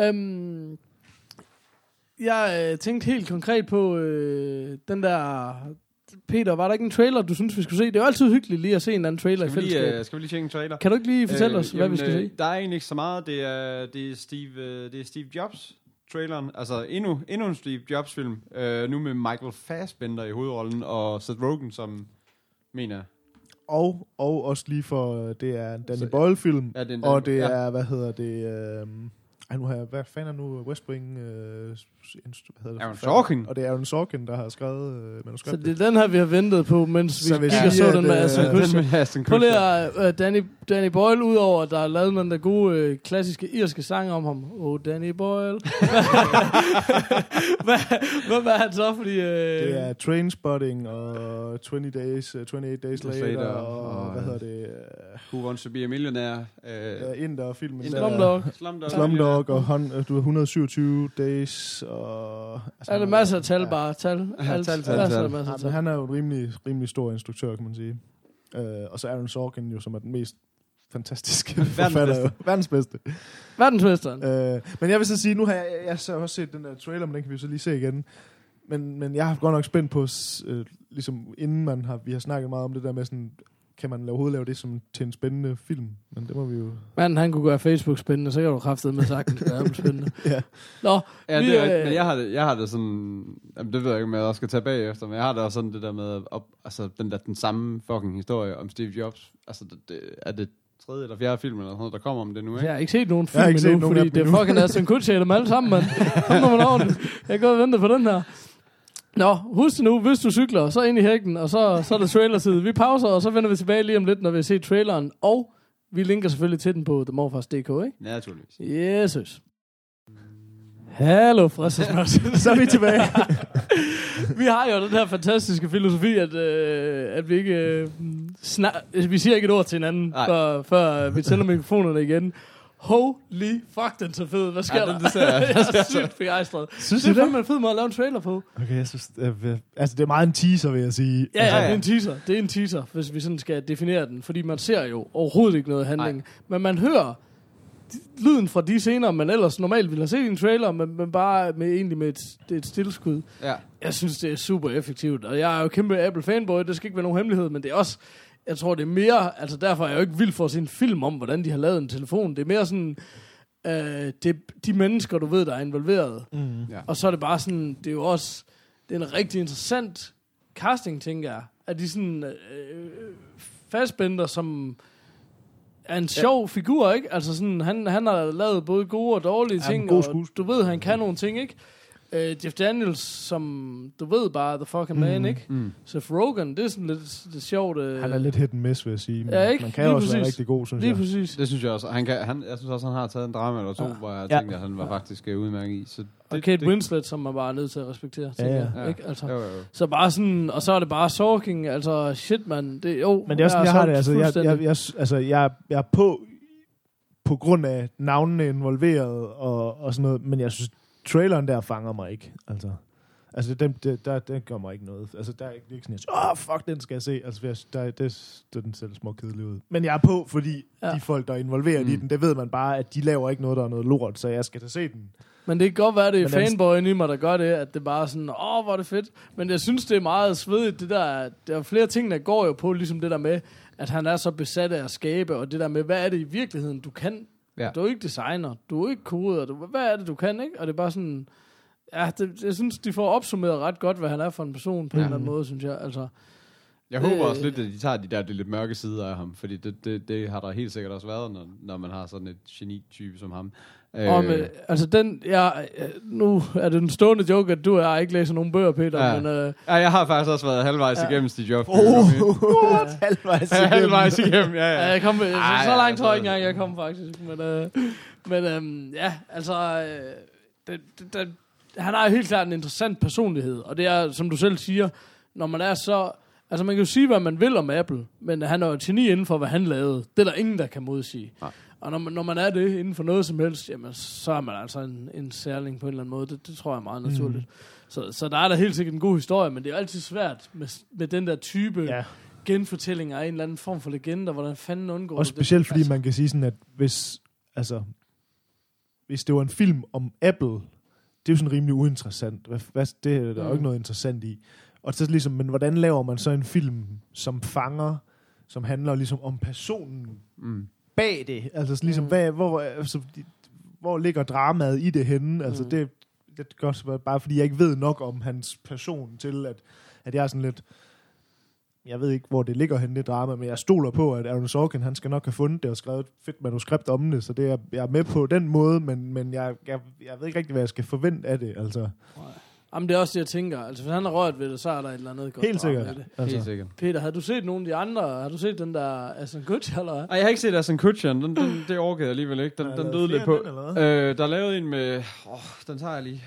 Jeg tænkte helt konkret på den der... Peter, var der ikke en trailer, du synes, vi skulle se? Det er jo altid hyggeligt lige at se en anden trailer i fællesskab. Skal vi lige tjekke en trailer? Kan du ikke lige fortælle os, hvad vi skal se? Der er egentlig ikke så meget. Det er Steve Jobs traileren. Altså endnu en Steve Jobs film. Nu med Michael Fassbender i hovedrollen og Seth Rogen som mener. Og også lige for det er en Danny Boyle film. Ja, og det er hvad hedder det? Hvad fanden er nu West Wing? Aaron Sorkin. Og det er Aaron Sorkin, der har skrevet manuskriptet. Så det er den her, vi har ventet på, mens vi så den med Aston Kutcher. Prøv lige Danny Boyle, udover at der er lavet den der gode klassiske irske sang om ham. Danny Boyle. Hvad er han så? Fordi, det er Trainspotting og 28 Days Later og hvad hedder det? Who Wants to Be a Millionaire? Inder-filmen. Slumdog. Og 127 Days og... Altså, er det masser af tal bare? Tal. Han er jo en rimelig stor instruktør, kan man sige. Og så Aaron Sorkin jo, som er den mest fantastisk forfatter. Verdensmesteren. Men jeg vil så sige, nu har jeg så også set den der trailer, men den kan vi så lige se igen. Men jeg har godt nok spændt på, ligesom inden vi har snakket meget om det der med sådan, kan man overhovedet lave det som til en spændende film? Men det må vi jo... Manden, han kunne gøre Facebook spændende, så kan du kraftedeme med sagtens gøre spændende. Ja. Nå, ja, men jeg har det sådan... Jamen, det ved jeg ikke, om jeg også skal tage bagefter, men jeg har det også sådan det der med... altså, den samme fucking historie om Steve Jobs. Altså, er det 3. eller 4. film eller sådan noget, der kommer om det nu, ikke? Jeg har ikke set nogen film endnu, fordi det er fucking Aston Kutcher dem alle sammen, mand. Kom nu med ordentligt. Jeg går og venter på den her. Nå, husk det nu, hvis du cykler, så ind i hækken, og så er det trailer-tid. Vi pauser, og så vender vi tilbage lige om lidt, når vi har set traileren, og vi linker selvfølgelig til den på themorfars.dk, ikke? Ja, naturligvis. Jesus. Hallo, fristesmørs. Så er vi tilbage. Vi har jo den her fantastiske filosofi, at vi ikke vi siger ikke et ord til hinanden, før vi tænder mikrofonerne igen. Holy fuck, den så fed. Hvad sker der? Jeg er sygt begejstret. Synes det er du fandme en fed måde at lave en trailer på. Okay, jeg synes... altså, det er meget en teaser, vil jeg sige. Ja, det er en teaser. Det er en teaser, hvis vi sådan skal definere den. Fordi man ser jo overhovedet ikke noget handling. Men man hører lyden fra de scener, man ellers normalt ville have set i en trailer, men bare med et stilleskud. Ja. Jeg synes, det er super effektivt. Og jeg er jo kæmpe Apple-fanboy. Det skal ikke være nogen hemmelighed, men det er også... Jeg tror, det er mere... Altså, derfor er jeg jo ikke vild for at se en film om, hvordan de har lavet en telefon. Det er mere sådan... de mennesker, du ved, der er involveret. Ja. Og så er det bare sådan... Det er jo også... Det er en rigtig interessant casting, tænker jeg. At de sådan... Fassbender, som... er en sjov figur, ikke? Altså sådan... Han har lavet både gode og dårlige ting. Og du ved, han kan nogle ting, ikke? Jeff Daniels, som du ved bare, the fucking man, ikke? Seth Rogen, det er sådan lidt sjovt. Han er lidt hit and miss, vil jeg sige. Ja, ikke? Man kan også være rigtig god, synes jeg. Præcis. Det synes jeg også. Jeg synes også, han har taget en drama eller to, hvor jeg tænkte, at han var faktisk udmærket i. Så og Kate Winslet, som man bare er nødt til at respektere. Ja. Ikke? Altså. Jo. Så bare sådan, og så er det bare Sorking, altså shit, man. Det, men det er også, jeg har det, altså, jeg er på grund af navnene involveret og sådan noget, men jeg synes, traileren der fanger mig ikke, altså den gør mig ikke noget. Altså der er ikke sådan, fuck, den skal jeg se. Altså den ser små kedelig ud. Men jeg er på, fordi de folk, der er involveret i den, det ved man bare, at de laver ikke noget, der er noget lort, så jeg skal da se den. Men det kan godt være, det er fanboyen i mig, der gør det, at det bare er sådan, hvor er det fedt. Men jeg synes, det er meget svedigt, det der er flere ting, der går jo på, ligesom det der med, at han er så besat af at skabe, og det der med, hvad er det i virkeligheden, du kan. Ja. Du er ikke designer, du er ikke koder, hvad er det, du kan, ikke? Og det er bare sådan, jeg synes, de får opsummeret ret godt, hvad han er for en person, på en eller anden måde, synes jeg, altså. Jeg håber også lidt, at de tager de lidt mørke sider af ham, fordi det har der helt sikkert også været, når man har sådan et geni-type som ham. Altså nu er det en stående joke, at du har ikke læser nogen bøger, Peter. Ja. Men, jeg har faktisk også været halvvejs igennem Steve Jobs. Halvvejs igennem, ja. Jeg kom, så langt tror jeg ikke engang, jeg kom faktisk. Men han har helt klart en interessant personlighed, og det er, som du selv siger, når man er så... Altså man kan jo sige, hvad man vil om Apple, men han er jo geni inden for, hvad han lavede. Det er der ingen, der kan modsige. Nej. Og når man er det inden for noget som helst, jamen, så er man altså en særling på en eller anden måde. Det tror jeg er meget naturligt. Så der er der helt sikkert en god historie, men det er altid svært med den der type genfortællinger af en eller anden form for legender, hvordan fanden undgår og specielt fordi man kan sige sådan, at hvis det var en film om Apple, det er jo sådan rimelig uinteressant. Det er der jo ikke noget interessant i. Og så ligesom, men hvordan laver man så en film, som fanger, som handler ligesom om personen bag det? Altså ligesom, hvor ligger dramaet i det henne? Altså det er godt bare fordi jeg ikke ved nok om hans person til, at jeg er sådan lidt, jeg ved ikke, hvor det ligger henne, det drama, men jeg stoler på, at Aaron Sorkin, han skal nok have fundet det og skrevet et fedt manuskript om det, så det er, jeg er med på den måde, men jeg ved ikke rigtig, hvad jeg skal forvente af det, altså. Jamen, det er også det, jeg tænker. Altså, hvis han har rørt ved det, så er der et eller andet godt. Helt sikkert. Altså. Helt sikkert. Peter, har du set nogle af de andre? Har du set den der Aston Kutcher, eller hvad? Nej, jeg har ikke set Aston Kutcher. Det orkede jeg alligevel ikke. Den døde lidt på. Der er lavet en med... den tager jeg lige.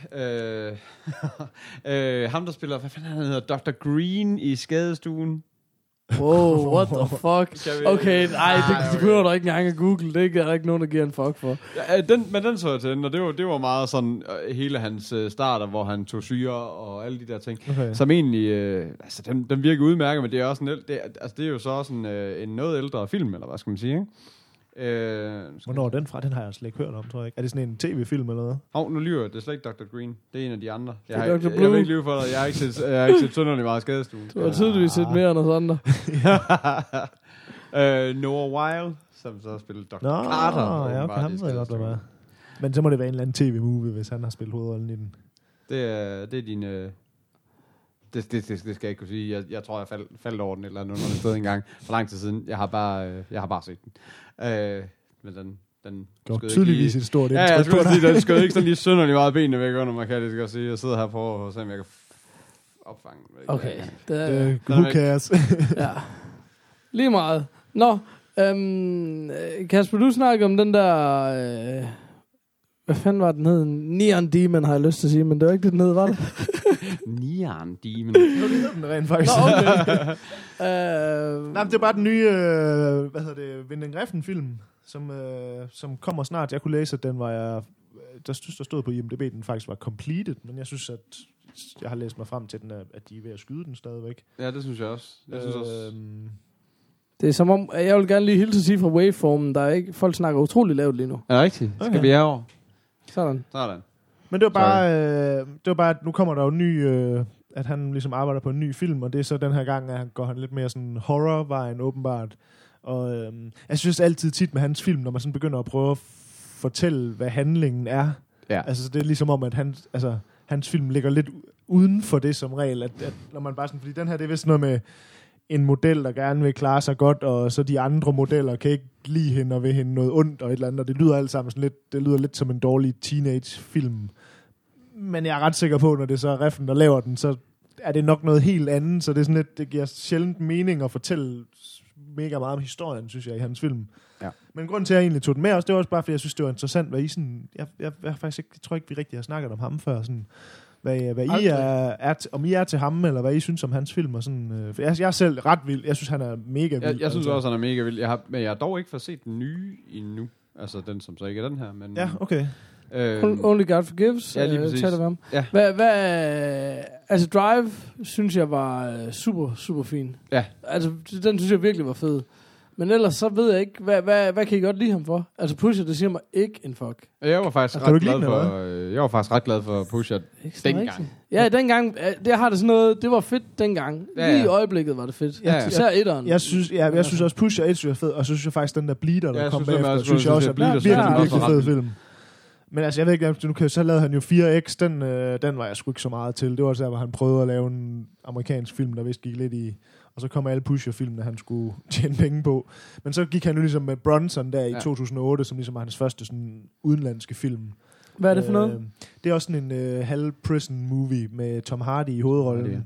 Ham, der spiller... Hvad fanden han hedder? Dr. Green i Skadestuen. Wow, what the fuck? Okay, nej, det behøver du ikke engang at google. Det er der ikke nogen, der giver en fuck for. Ja, den så jeg til den, og det var meget sådan hele hans starter, hvor han tog syre og alle de der ting. Okay. Som egentlig, den virker udmærket, men det er også det er jo så også en noget ældre film, eller hvad skal man sige, ikke? Hvornår er den fra? Den har jeg slet ikke hørt om, tror jeg ikke. Er det sådan en tv-film eller noget? Nu lyver jeg. Det er slet ikke Dr. Green. Det er en af de andre. Det er Jeg Dr. vil Blue. ikke lyve for dig. Jeg har ikke set synderligt meget skadestuen. Du har tydeligvis set mere end os andre. Noah Wild, som så har spillet Dr. Nå, Carter. ja, okay, ham ved jeg godt, hvad. Men så må det være en eller anden tv-movie, hvis han har spillet hovedrollen i den. Det er din... Det skal jeg ikke kunne sige. Jeg tror, jeg faldt over den et eller andet sted engang for lang tid siden. Jeg har bare set den. Men den går tydeligvis et stort indtryk. Ja, jeg skulle sige, den skød ikke sådan lige synderligt meget benene væk under mig, kan jeg godt sige. Jeg sidder her på og se, om jeg kan opfange den. Okay. Who cares? Ja. Lige meget. Nå, Kasper, du snakkede om den der... hvad fanden var den hed? Neon Demon, har jeg lyst til at sige, men det var ikke det, den hed, var det? Neon Demon. Nu hedder den rent faktisk. Nå, okay. Nej, det er bare den nye, Vinden Griffen-film, som kommer snart. Jeg kunne læse, at den var... Der stod på IMDb, den faktisk var completed, men jeg synes, at jeg har læst mig frem til den, at de er ved at skyde den stadigvæk. Ja, det synes jeg også. Det er som om, jeg vil gerne lige hilse at sige fra Waveformen, der er ikke, folk snakker utrolig lavt lige nu. Er det rigtigt? Okay. Skal vi herover? Sådan. Men det var bare, at nu kommer der jo en ny, at han ligesom arbejder på en ny film, og det er så den her gang, at han går lidt mere sådan horror-vejen åbenbart. Og jeg synes altid tit med hans film, når man sådan begynder at prøve at fortælle, hvad handlingen er. Ja. Altså så det er ligesom om, at hans film ligger lidt uden for det som regel, at når man bare sådan, fordi den her, det er vist noget med en model, der gerne vil klare sig godt, og så de andre modeller kan ikke lide hende og vil hende noget ondt og et eller andet, og det lyder alt sammen sådan lidt, det lyder lidt som en dårlig teenage-film. Men jeg er ret sikker på, når det så er Refn, der laver den, så er det nok noget helt andet, så det er sådan lidt, det giver sjældent mening at fortælle mega meget om historien, synes jeg, i hans film. Ja. Men grunden til, at jeg egentlig tog den med også, det var også bare, fordi jeg synes, det var interessant, hvad I sådan, jeg faktisk ikke, jeg tror ikke, vi rigtig har snakket om ham før, sådan, hvad I er om I er til ham, eller hvad I synes om hans film, og sådan, for jeg er selv ret vild, jeg synes, han er mega vild. Jeg synes også, han er mega vild, men jeg har dog ikke fået set den nye endnu, altså den, som så ikke er den her, men... Ja, okay. Only God Forgives. Ja, lige præcis. Ja. Altså Drive synes jeg var super, super fin. Ja. Altså den synes jeg virkelig var fed. Men ellers så ved jeg ikke, hvad kan I godt lide ham for? Altså Pusher, det siger mig ikke en fuck. Jeg var faktisk ret glad for Pusher dengang. Ja, dengang, det har det sådan noget, det var fedt dengang. Ja. Lige i øjeblikket var det fedt. Ja. Især etteren. Jeg synes også Pusher 1 synes jeg er fed, og så synes jeg faktisk den der Bleeder, der kom bagefter, synes jeg også er virkelig fed film. Men altså, jeg ved ikke, så lavede han jo 4X, den var jeg sgu ikke så meget til. Det var også der, hvor han prøvede at lave en amerikansk film, der vist gik lidt i... Og så kom alle Pusher-filmene, han skulle tjene penge på. Men så gik han jo ligesom med Bronson der i 2008, som ligesom var hans første sådan udenlandske film. Hvad er det for noget? Det er også sådan en halv-prison-movie med Tom Hardy i hovedrollen.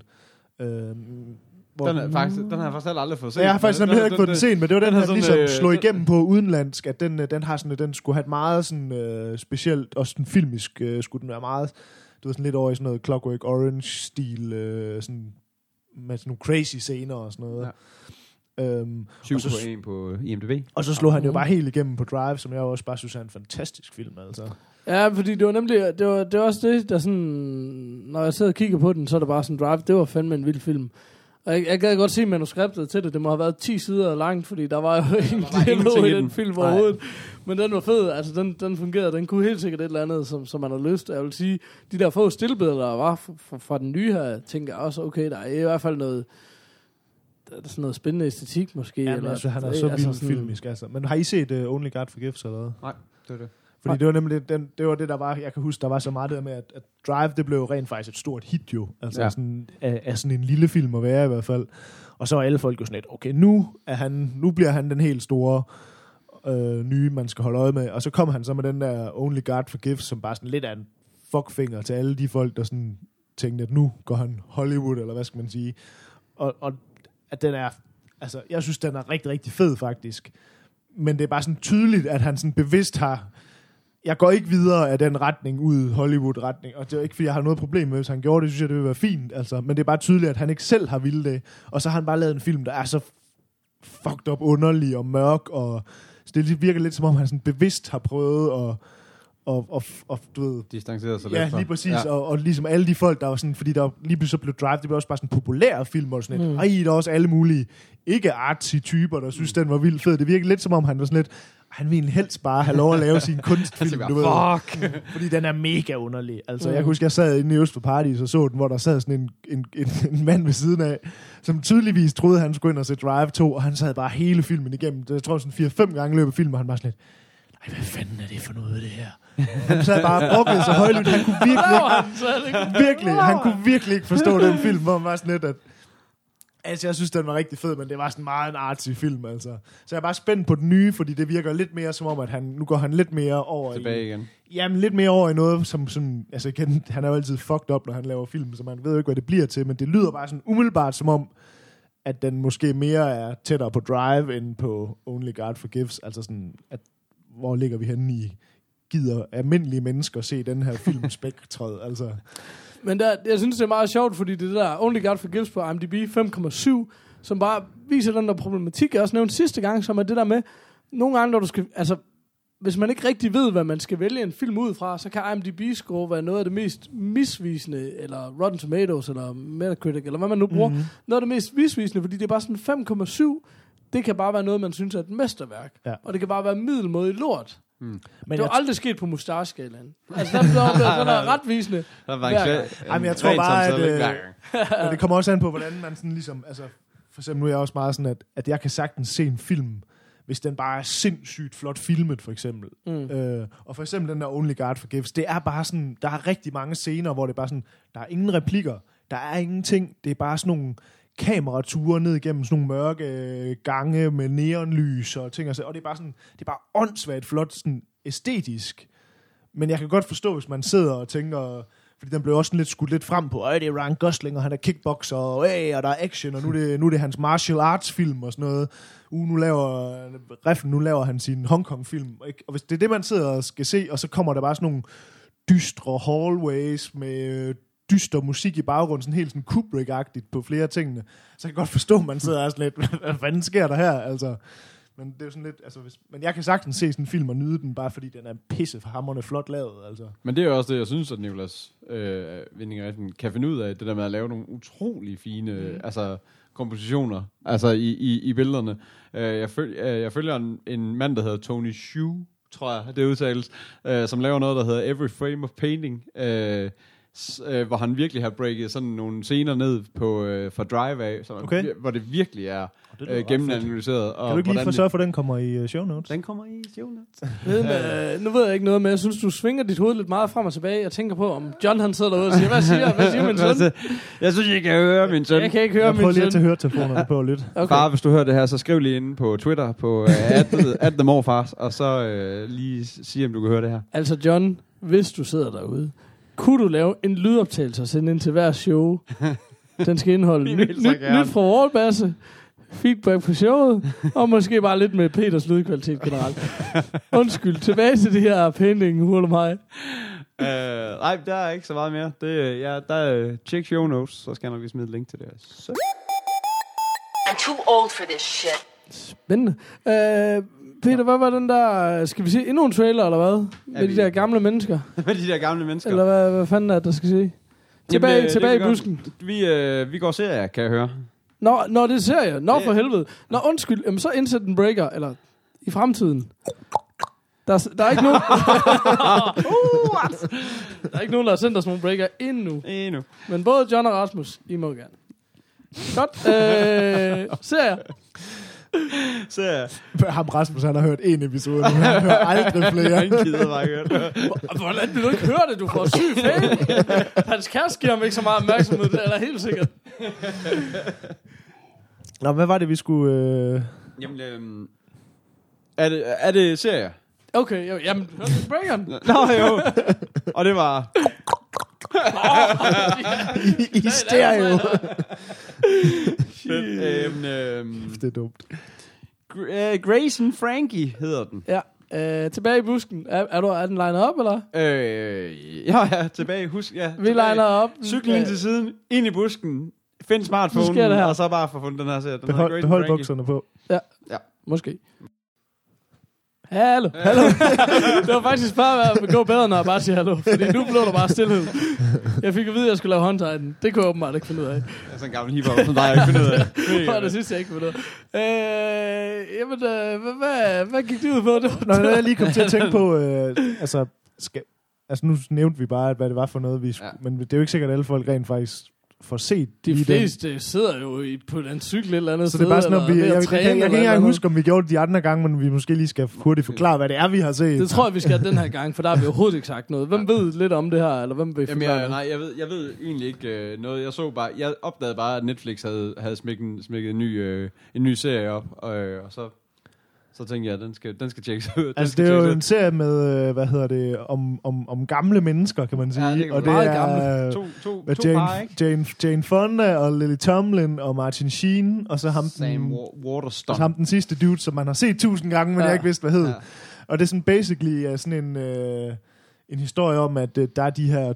Den har jeg faktisk aldrig fået set. Jeg har faktisk ikke fået den set, men det var den han ligesom slog igennem på udenlandsk, at den har sådan, den skulle have et meget sådan specielt, og sådan filmisk skulle den være meget, det var sådan lidt over i sådan noget Clockwork Orange-stil, sådan med sådan nogle crazy scener og sådan noget. Ja. 7,1 på IMDb. Og så slog han jo bare helt igennem på Drive, som jeg også bare synes er en fantastisk film, altså. Ja, fordi det var nemlig, det var også det, der sådan, når jeg sidder og kigger på den, så er det bare sådan Drive, det var fandme en vild film. Og jeg gad godt se manuskriptet til det. Det må have været 10 sider langt, fordi der var jo ingen dialog i den film overhovedet. Men den var fed. Altså, den fungerede. Den kunne helt sikkert et eller andet, som man har lyst. Jeg vil sige, de der få stillbilleder, der var fra den nye her, tænker jeg også, okay, der er i hvert fald noget... Der er sådan noget spændende æstetik, måske. Ja, eller, altså, han er så vildt filmisk, altså. Men har I set Only God Forgives, eller hvad? Nej, det er det. Fordi det var nemlig det var det, der var, jeg kan huske, der var så meget der med, at Drive, det blev rent faktisk et stort hit jo. Altså sådan, af sådan en lille film at være i hvert fald. Og så var alle folk jo sådan lidt, okay, nu bliver han den helt store nye, man skal holde øje med. Og så kom han så med den der Only God Forgives, som bare sådan lidt af en fuckfinger til alle de folk, der sådan tænkte, at nu går han Hollywood, eller hvad skal man sige. Og at den er, altså, jeg synes, den er rigtig, rigtig fed faktisk. Men det er bare sådan tydeligt, at han sådan bevidst har... Jeg går ikke videre af den retning ud, Hollywood-retning, og det er ikke, fordi jeg har noget problem med, hvis han gjorde det, synes jeg, det ville være fint, altså. Men det er bare tydeligt, at han ikke selv har ville det. Og så har han bare lavet en film, der er så fucked up, underlig og mørk, og så det virker lidt, som om han sådan bevidst har prøvet at du ved... distanceret sig lidt. Ja, lige præcis, ja. Og ligesom alle de folk, der var sådan, fordi der lige pludselig blev Drive, det blev også bare sådan populære film, og sådan lidt, der er også alle mulige ikke-artsy typer, der synes, den var vildt fed. Det virker lidt, som om han var sådan lidt, han vil helst bare have lov at lave sin kunstfilm, du ved. Fuck! Fordi den er mega underlig. Altså, jeg kan huske, jeg sad inde i Øst for Paradis og så den, hvor der sad sådan en mand ved siden af, som tydeligvis troede, han skulle ind og se Drive 2, og han sad bare hele filmen igennem. Jeg tror sådan 4-5 gange løb af filmen, og han var sådan lidt, nej, hvad fanden er det for noget, det her? Han sad bare og brokkede så højlydt, han kunne virkelig ikke forstå den film, hvor han var sådan lidt, at altså, jeg synes, den var rigtig fed, men det var sådan meget en artsy film, altså. Så jeg er bare spændt på den nye, fordi det virker lidt mere som om, at nu går han lidt mere over tilbage igen. Jamen, lidt mere over i noget, som sådan, altså igen, han er jo altid fucked up, når han laver film, så man ved jo ikke, hvad det bliver til, men det lyder bare sådan umiddelbart som om, at den måske mere er tættere på Drive, end på Only God Forgives, altså sådan, at hvor ligger vi henne i gider almindelige mennesker se den her filmspektret, altså. Men jeg synes, det er meget sjovt, fordi det der Only God Forgives på IMDb 5,7, som bare viser den der problematik, jeg også nævnte sidste gang, som er det der med, nogle gange, når du skal, altså, hvis man ikke rigtig ved, hvad man skal vælge en film ud fra, så kan IMDb-score være noget af det mest misvisende, eller Rotten Tomatoes, eller Metacritic, eller hvad man nu bruger. Noget af det mest misvisende, fordi det er bare sådan 5,7, det kan bare være noget, man synes er et mesterværk. Ja. Og det kan bare være middelmådig lort. Men det er aldrig sket på mustache-skalaen. Altså, der er retvisende. Jamen, jeg tror bare, at det kommer også an på, hvordan man sådan ligesom, altså, for eksempel nu er jeg også meget sådan, at jeg kan sagtens se en film, hvis den bare er sindssygt flot filmet, for eksempel. Og for eksempel den der Only God Forgives, det er bare sådan, der er rigtig mange scener, hvor det er bare sådan, der er ingen replikker, der er ingenting, det er bare sådan nogle kamerature ned igennem sådan nogle mørke gange med neonlys og ting og så, og det er bare sådan, det er bare åndssvagt flot, sådan æstetisk. Men jeg kan godt forstå, hvis man sidder og tænker, fordi den blev også sådan lidt skudt lidt frem på, det er Ryan Gosling, og han er kickboxer, og der er action, og nu er det hans martial arts film og sådan noget. Nu laver han sin Hong Kong film. Og hvis det er det, man sidder og skal se, og så kommer der bare sådan nogle dystre hallways med dyster musik i baggrunden, sådan helt sådan Kubrick-agtigt på flere tingene, så kan jeg godt forstå, at man sidder og sådan lidt, hvad fanden sker der her, altså. Men det er jo sådan lidt, altså, men jeg kan sagtens se sådan en film og nyde den, bare fordi den er pissehamrende flot lavet, altså. Men det er jo også det, jeg synes, at Nicolas Winding kan finde ud af, det der med at lave nogle utrolig fine, altså, kompositioner, altså i billederne. Jeg følger en mand, der hedder Tony Hsu, tror jeg, det udtales, som laver noget, der hedder Every Frame of Painting, hvor han virkelig har breaket sådan nogle scener ned på fra Drive af, hvor det virkelig er gennemanalyseret. Kan du ikke lige sørge for, at den kommer i show notes? Den kommer i show notes. Nu ved jeg ikke noget, men jeg synes, du svinger dit hoved lidt meget frem og tilbage. Jeg tænker på, om John han sidder derude og siger, hvad siger min søn? Jeg synes, jeg kan høre min søn. Jeg kan ikke høre min søn. Jeg prøver lige at tage høretelefonerne på lidt. Okay. Far, hvis du hører det her, så skriv lige inde på Twitter på @themorfars, og så lige sige, om du kan høre det her. Altså John, hvis du sidder derude, kunne du lave en lydoptagelse og sende ind til hver show? Den skal indeholde nyt fra Wallbasse, feedback på showet, og måske bare lidt med Peters lydkvalitet generelt. Undskyld, tilbage til det her painting, hurtigt mig. Nej, der er ikke så meget mere. Der er check show notes, så skal jeg nok lige smide et link til det. Så. I'm too old for this shit. Spændende. Peter, hvad var den der... Skal vi se endnu en trailer, eller hvad? Med de der gamle mennesker? Med de der gamle mennesker. Eller hvad fanden er det, der skal se? Tilbage i busken. Vi går serier, kan jeg høre. Nå, det er serier. Nå, for helvede. Nå, undskyld. Jamen, så indsæt en breaker, eller i fremtiden. Der er ikke nogen... Der er ikke nogen, der har sendt os nogle breaker endnu. Men både John og Rasmus, I må gerne. Godt. Serier. Ham Rasmus, han har hørt en episode, han hører aldrig flere. Han gider bare hørt. Hvordan vil du ikke høre det? Du får syg fan. Hans kæreste giver ham ikke så meget opmærksomhed, det er helt sikkert. Nå, hvad var det, vi skulle... Jamen, er det serier? Okay, jo, jamen, hørte du breakeren? Nå, jo. Og det var... I stereo. Det er dumt. Grace and Frankie hedder den. Ja. Tilbage i busken. Er den lined op, eller? Ja, tilbage i husk. Ja, vi liner op. Cyklen til siden, ind i busken, find smartphone, og så bare få fundet den her serie. Behold bukserne på. Ja, måske. Hallo. Det var faktisk bare at gå bedre, når jeg bare siger hallo. Fordi nu blev der bare stillhed. Jeg fik at vide, at jeg skulle lave håndtegn. Det kunne jeg åbenbart ikke finde ud af. Jeg er sådan en gammel hiphop, som dig, jeg ikke finde ud af. Det var det sidste, jeg ikke finde ud af. Jamen, hvad gik det ud på? Nå, jeg lige kom til at tænke på, nu nævnte vi bare, hvad det var for noget, vi skulle, men det er jo ikke sikkert, at alle folk rent faktisk får set. De fleste sidder jo på den cykel et eller andet sted. Så det er bare sådan, at jeg kan ikke engang huske, om vi gjorde det de andre gange, men vi måske lige skal hurtigt forklare, hvad det er, vi har set. Det tror jeg, vi skal den her gang, for der har vi overhovedet ikke sagt noget. Hvem ved lidt om det her, eller hvem vil forklare? Jeg ved egentlig ikke noget. Jeg opdagede bare, at Netflix havde smækket en ny serie op, og så tænkte jeg, at den skal tjekkes ud. Altså, det er jo en serie med, om gamle mennesker, kan man sige. Ja, det og det meget gamle. To par, ikke? Jane Fonda og Lily Tomlin og Martin Sheen, og så ham den sidste dude, som man har set 1000 gange, men jeg ikke vidste, hvad hed. Ja. Og det er sådan basically sådan en historie om, at der er de her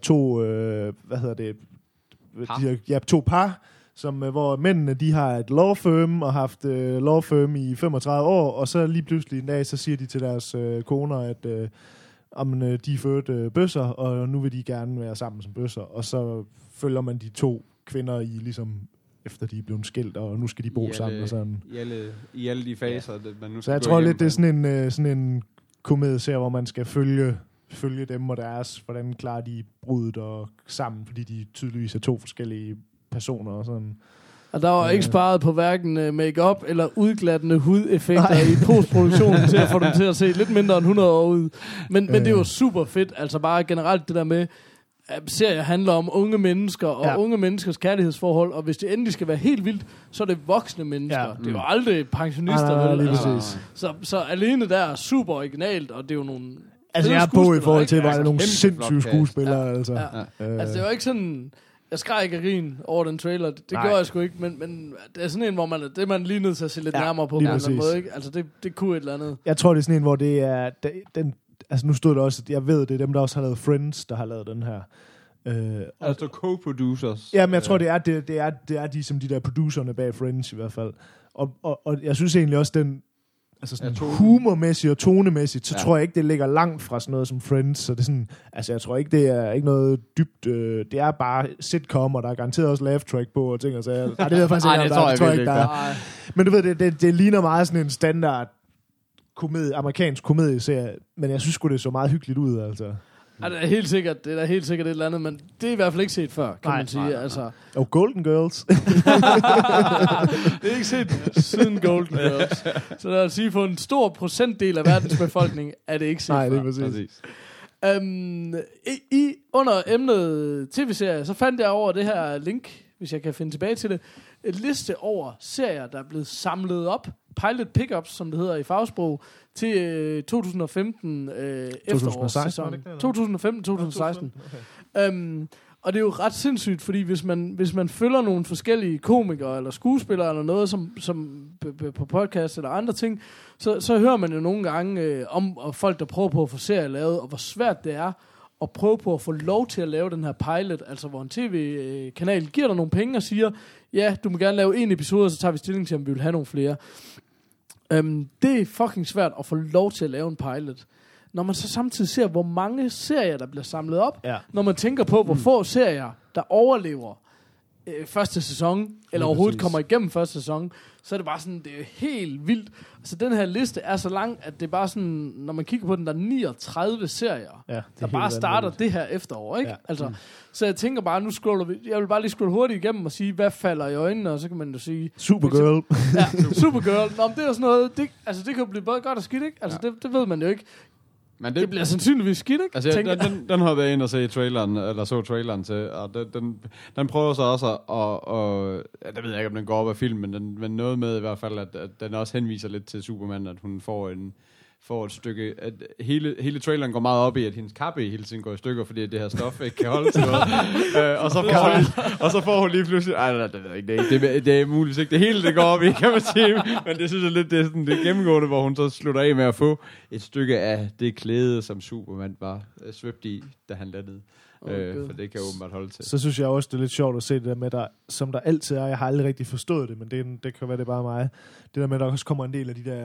to par, hvor mændene, de har et law firm, og haft law firm i 35 år, og så lige pludselig en dag, så siger de til deres koner, at de er født bøsser, og nu vil de gerne være sammen som bøsser, og så følger man de to kvinder i, ligesom, efter de er blevet skilt, og nu skal de bo sammen, og sådan. I alle de faser, man nu skal. Så jeg tror lidt, det er sådan en komedieserie, hvor man skal følge dem og deres, hvordan klarer de bruddet og sammen, fordi de tydeligvis er to forskellige personer og sådan. Og der var ikke sparet på hverken make-up eller udglattende hudeffekter i postproduktionen til at få dem til at se lidt mindre end 100 år ud. Men det er jo super fedt. Altså bare generelt det der med, at serier handler om unge mennesker og unge menneskers kærlighedsforhold, og hvis det endelig skal være helt vildt, så er det voksne mennesker. Ja. Det er jo aldrig pensionister. Vel? Så alene der er super originalt, og det er jo nogle... Altså jeg er på i forhold til, hvor der er nogle sindssyge skuespillere. Ja. Altså. Ja. Altså det var ikke sådan... Jeg skreg ikke grin over den trailer. Det gjorde jeg sgu ikke, men det er sådan en, hvor man lige nødt til at se lidt nærmere på en måde, ikke? Altså det kunne et eller andet. Jeg tror, det er sådan en, hvor det er... Altså nu stod der også, at jeg ved, det er dem, der også har lavet Friends, der har lavet den her. Altså co-producers. Ja, men jeg tror, det er de, som de der producerne bag Friends i hvert fald. Og jeg synes egentlig også, den... Altså sådan humormæssigt og tonemæssigt, så tror jeg ikke, det ligger langt fra sådan noget som Friends. Så det er sådan, altså jeg tror ikke, det er ikke noget dybt. Det er bare sitcom, og der er garanteret også laugh track på og ting og sager. Nej, det ved jeg faktisk ikke, det tror jeg ikke, der er. Men du ved, det ligner meget sådan en standard amerikansk komedieserie, men jeg synes sgu, det så meget hyggeligt ud, altså. Ja, det er da helt sikkert et eller andet, men det er i hvert fald ikke set før, kan man sige. Altså. Og Golden Girls. Det er ikke set siden Golden Girls. Så der vil sige, for en stor procentdel af verdens befolkning er det ikke set før. Nej, det er præcis. Under emnet tv-serier, så fandt jeg over det her link, hvis jeg kan finde tilbage til det, en liste over serier, der er blevet samlet op, pilot pickups, som det hedder i fagsprog, til 2015 efterårssæson. 2015-2016. Okay. Og det er jo ret sindssygt, fordi hvis man følger nogle forskellige komikere eller skuespillere eller noget som på podcast eller andre ting, så hører man jo nogle gange om folk, der prøver på at få serier lavet, og hvor svært det er at prøve på at få lov til at lave den her pilot, altså hvor en tv-kanal giver dig nogle penge og siger, ja, du må gerne lave en episode, og så tager vi stilling til, om vi vil have nogle flere. Det er fucking svært at få lov til at lave en pilot. Når man så samtidig ser, hvor mange serier, der bliver samlet op, når man tænker på, hvor få serier, der overlever første sæson, eller overhovedet kommer igennem første sæson, så er det bare sådan, det er helt vildt. Altså den her liste er så lang, at det er bare sådan, når man kigger på den, der er 39 serier, der bare starter det her efterår, ikke? Ja. Altså, så jeg tænker bare, nu scroller vi, jeg vil bare lige scrolle hurtigt igennem og sige, hvad falder i øjnene, og så kan man jo sige... Supergirl. Ja, Supergirl. Nå, men det er jo sådan noget, det kan jo blive både godt og skidt, ikke? Altså det ved man jo ikke. Men det bliver sandsynligvis skidt, ikke? Altså, den hoppede jeg ind og så traileren til, og den prøver så også at det ved jeg ikke, om den går op af filmen, men noget med i hvert fald, at den også henviser lidt til Superman, at hun får et stykke, at hele traileren går meget op i, at hendes kappe hele tiden går i stykker, fordi det her stof ikke kan holde til noget. Og så får hun lige pludselig, det ved jeg ikke, det er muligt ikke det hele, det går op i, kan man sige, men det synes jeg lidt, det er sådan det gennemgående, hvor hun så slutter af med at få et stykke af det klæde, som Superman var svøbt i, da han landede. For det kan åbenbart holde til. Så synes jeg også, det er lidt sjovt at se det der med, som der altid er. Jeg har aldrig rigtig forstået det, men det kan være, det er bare mig. Det der med, at der også kommer en del af de der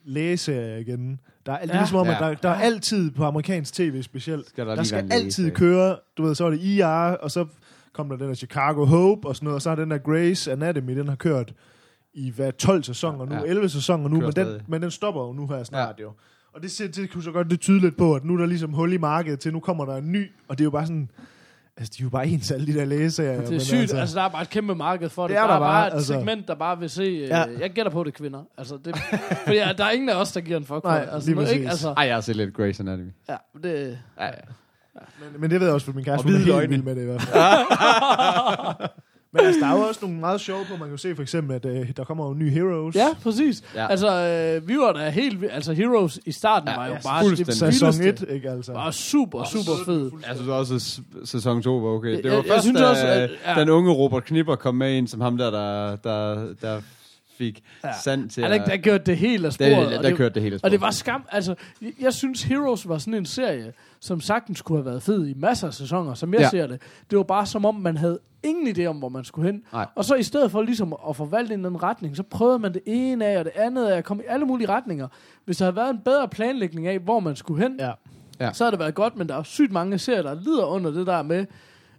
lægeserie igen. Det er ligesom om, at der er altid på amerikansk tv specielt. Der skal altid køre, du ved, så er det ER, og så kom der den der Chicago Hope og sådan noget, og så har den der Grey's Anatomy, den har kørt i 12 sæsoner nu, 11 sæsoner nu, men den stopper jo nu her snart jo. Og det kunne så godt det tydeligt på, at nu er der ligesom hul i markedet til, nu kommer der en ny, og det er jo bare sådan, altså de er jo bare ens alle de der læserier. Det er sygt, altså der er bare et kæmpe marked for det. Der er bare et segment, der bare vil se, jeg gætter på det kvinder. Altså det, fordi der er ingen af os, der giver en fuck for det. Altså, lige ikke, altså. Ej, jeg har set lidt Grey's Anatomy. Ja, det... Ja. Men det ved jeg også, for min kæreste, hun er helt vild med det i hvert fald. Men altså, der er jo også nogle meget sjove på, man kan se for eksempel, at der kommer jo nye Heroes. Ja, præcis. Ja. Altså, vi var da helt... Altså, Heroes i starten var jo bare... Det sæson 1, ikke altså? Var super fed. Jeg synes også, at sæson 2 var okay. Det var først, den unge Robert Knipper kom med ind, som ham der fik sand til der kørte det helt af sporet. Der kørte det helt af sporet. Og det var skam. Altså, jeg synes, Heroes var sådan en serie, som sagtens kunne have været fed i masser af sæsoner, som jeg ser det. Det var bare som om, man havde ingen idé om, hvor man skulle hen. Nej. Og så i stedet for ligesom at forvalte en anden retning, så prøvede man det ene af og det andet af at komme i alle mulige retninger. Hvis der havde været en bedre planlægning af, hvor man skulle hen, så havde det været godt, men der er sygt mange serier, der lider under det der med,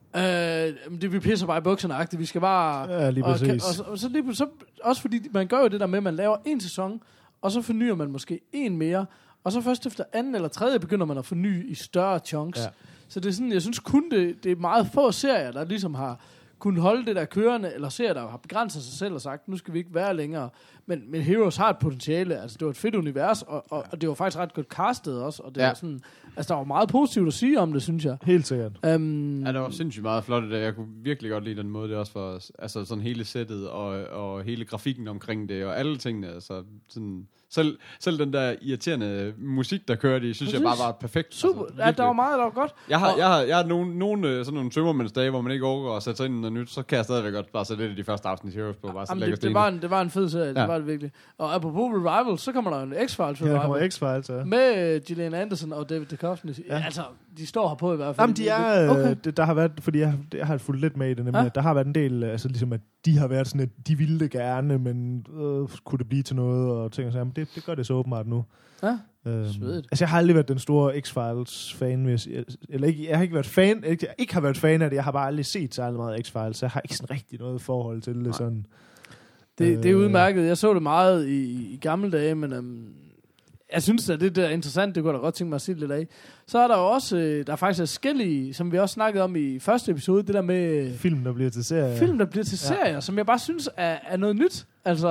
det vi pisser bare i bukserne-agtigt. Vi skal bare... Ja, lige præcis. Så også fordi man gør jo det der med, at man laver en sæson, og så fornyer man måske en mere, og så først efter anden eller tredje begynder man at forny i større chunks. Ja. Så det er sådan, jeg synes kun, det er meget få serier, der ligesom har kunnet holde det der kørende, eller serier, der har begrænset sig selv og sagt, nu skal vi ikke være længere. Men Heroes har et potentiale. Altså, det var et fedt univers, og det var faktisk ret godt castet også, og det var sådan... Altså, der var meget positivt at sige om det, synes jeg. Helt sikkert. Ja, det var sindssygt meget flot det der. Jeg kunne virkelig godt lide den måde, det også var... Altså, sådan hele sættet, og hele grafikken omkring det, og alle tingene, altså sådan... Selv den der irriterende musik, der kørte i, synes jeg bare var perfekt. Super. Altså, ja, der var meget, der var godt. Jeg har nogle sådan nogle tømmermændsdage, hvor man ikke overgår at sætte sig ind i noget nyt, så kan jeg stadigvæk godt bare sætte lidt af de første afsnit Heroes på. Bare det var en fed serie, det var det virkelig. Og apropos Revival, så kommer der en X-Files Revival. Ja, der kommer X-Files, ja. Med Gillian Anderson og David Duchovny. Ja. Altså, de står her på i hvert fald. Jamen, de er... der har været, fordi jeg har fulgt lidt med i det, nemlig, der har været en del, altså ligesom, at de har været sådan, at de ville det gerne, men kunne det blive til noget, og ting og så, det gør det så åbenbart nu. Ja, altså, jeg har aldrig været den store X-Files-fan, eller ikke, jeg har ikke været fan, ikke har været fan af det, jeg har bare aldrig set særlig meget X-Files, så jeg har ikke sådan rigtig noget forhold til det, sådan. Det er udmærket. Jeg så det meget i gamle dage, men jeg synes, at det der er interessant, det kunne jeg da godt tænke mig at sige lidt af. Så er der jo også, der er faktisk forskellige, som vi også snakkede om i første episode, det der med... Film, der bliver til serier. Film, der bliver til serier, som jeg bare synes er noget nyt. Altså,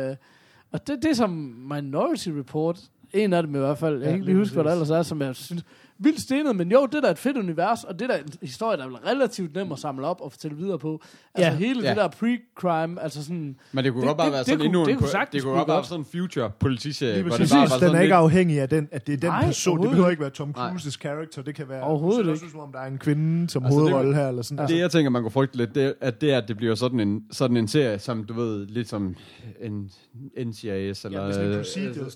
og det er som Minority Report, en af dem i hvert fald. Jeg kan ikke lige huske, hvad der ellers er, som jeg synes... Vildt stenet, men jo, det der er et fedt univers, og det der er en historie, der er relativt nem at samle op og fortælle videre på. Altså hele det der pre-crime, altså sådan... Men det kunne godt bare være sådan endnu en... Det kunne godt bare være sådan en future politiserie. Præcis, den er ikke afhængig af den, at det er den person. Det behøver ikke være Tom Cruise's character. Det kan være... Overhovedet ikke. Som om der er en kvinde som hovedrolle her, eller sådan. Det, jeg tænker, man kunne frygte lidt, det er, at det bliver sådan en serie, som du ved, lidt som en NCIS, eller... Ja, sådan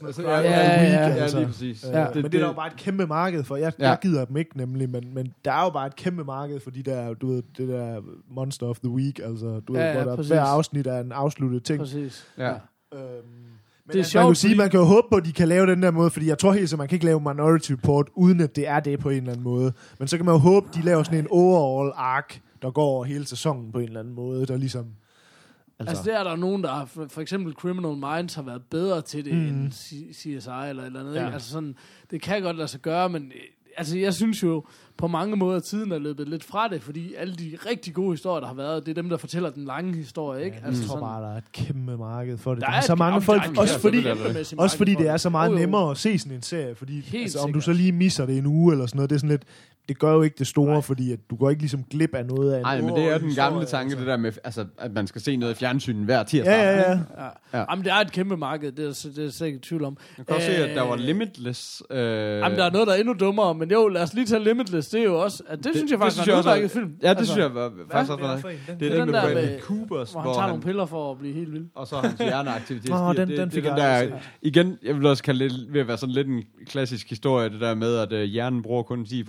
lige præcis. Men det er der jo bare et kæmpe marked for. Jeg gider dem ikke nemlig, men der er jo bare et kæmpe marked for de der, du ved, det der Monster of the Week, altså, du ved, hvor der hver afsnit er en afsluttet ting. Præcis. Ja. Men det er sjovt, man kan sige, man kan jo håbe på, at de kan lave den der måde, fordi jeg tror helt så, man kan ikke lave Minority Report, uden at det er det på en eller anden måde. Men så kan man jo håbe, de laver sådan en overall arc, der går over hele sæsonen på en eller anden måde, der ligesom... Altså det er der nogen, der har, for eksempel Criminal Minds har været bedre til det end CSI eller andet. Ikke? Altså sådan, det kan godt lade sig gøre, men altså jeg synes jo på mange måder tiden er løbet lidt fra det, fordi alle de rigtig gode historier, der har været, det er dem, der fortæller den lange historie, ikke? Altså jeg tror bare, der er et kæmpe marked for det. Der er så mange folk, også fordi det er så meget nemmere at se sådan en serie, fordi altså, om du så lige misser det en uge eller sådan noget, det er sådan lidt, det gør jo ikke det store, fordi at du går ikke ligesom glip af noget af en. Nej, men det er den gamle tanke, altså. Det der med, altså, at man skal se noget i fjernsynet hver tirsdag. Ja. Jamen, det er et kæmpe marked, det er slet ikke tvivl om. Jeg kan også se, at der var Limitless. Jamen, der er noget, der er endnu dummere, men jo, lad os lige tage Limitless, det er jo også, det synes jeg faktisk er en udmærket film. Ja, det synes jeg faktisk også. Det er den der med Coopers, hvor han tager nogle piller for at blive helt vild. Og så hans hjerneaktivitet. Den fik jeg igen, jeg vil også kalde det ved at være sådan lidt en klassisk historie, det der med, at hjernen bruger kun 10%,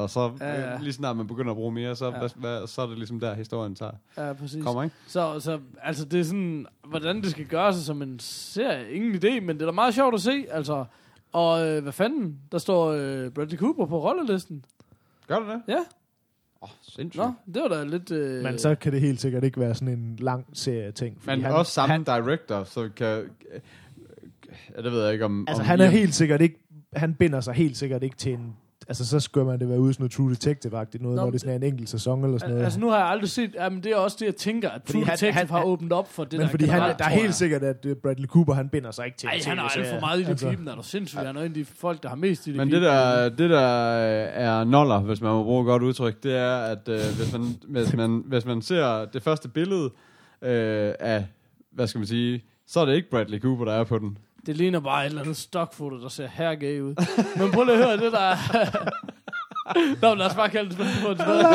og så lige snart man begynder at bruge mere, så er det ligesom der, historien tager. Ja, præcis. Kommer, ikke? Så altså, det er sådan, hvordan det skal gøres som en serie, ingen idé, men det er da meget sjovt at se, altså. Og hvad fanden? Der står Bradley Cooper på rollelisten. Gør du det? Ja. Sindssygt. Nå, det var da lidt... Men så kan det helt sikkert ikke være sådan en lang serie ting. Men også samme director, så kan... det ved jeg ikke om... Altså om han er helt sikkert ikke... Han binder sig helt sikkert ikke til en... Altså så skulle man det være ude sådan noget True Detective-agtigt noget, hvor det sådan er en enkelt sæson eller sådan noget. Altså nu har jeg aldrig set... Jamen det er også det, jeg tænker, at True Detective har åbnet op for det men der. Fordi der er helt sikkert, at Bradley Cooper, han binder sig ikke til en han er alt for meget i det typen, der er du sindssygt. Han er en af de folk, der har mest i det. Men det der er noller, hvis man må bruge et godt udtryk, det er, at hvis man ser det første billede af, hvad skal man sige, så er det ikke Bradley Cooper, der er på den. Det ligner bare et eller andet stockfoto, der ser hergay ud. Men prøv lige at høre det der... Nå, lad os bare kalde det på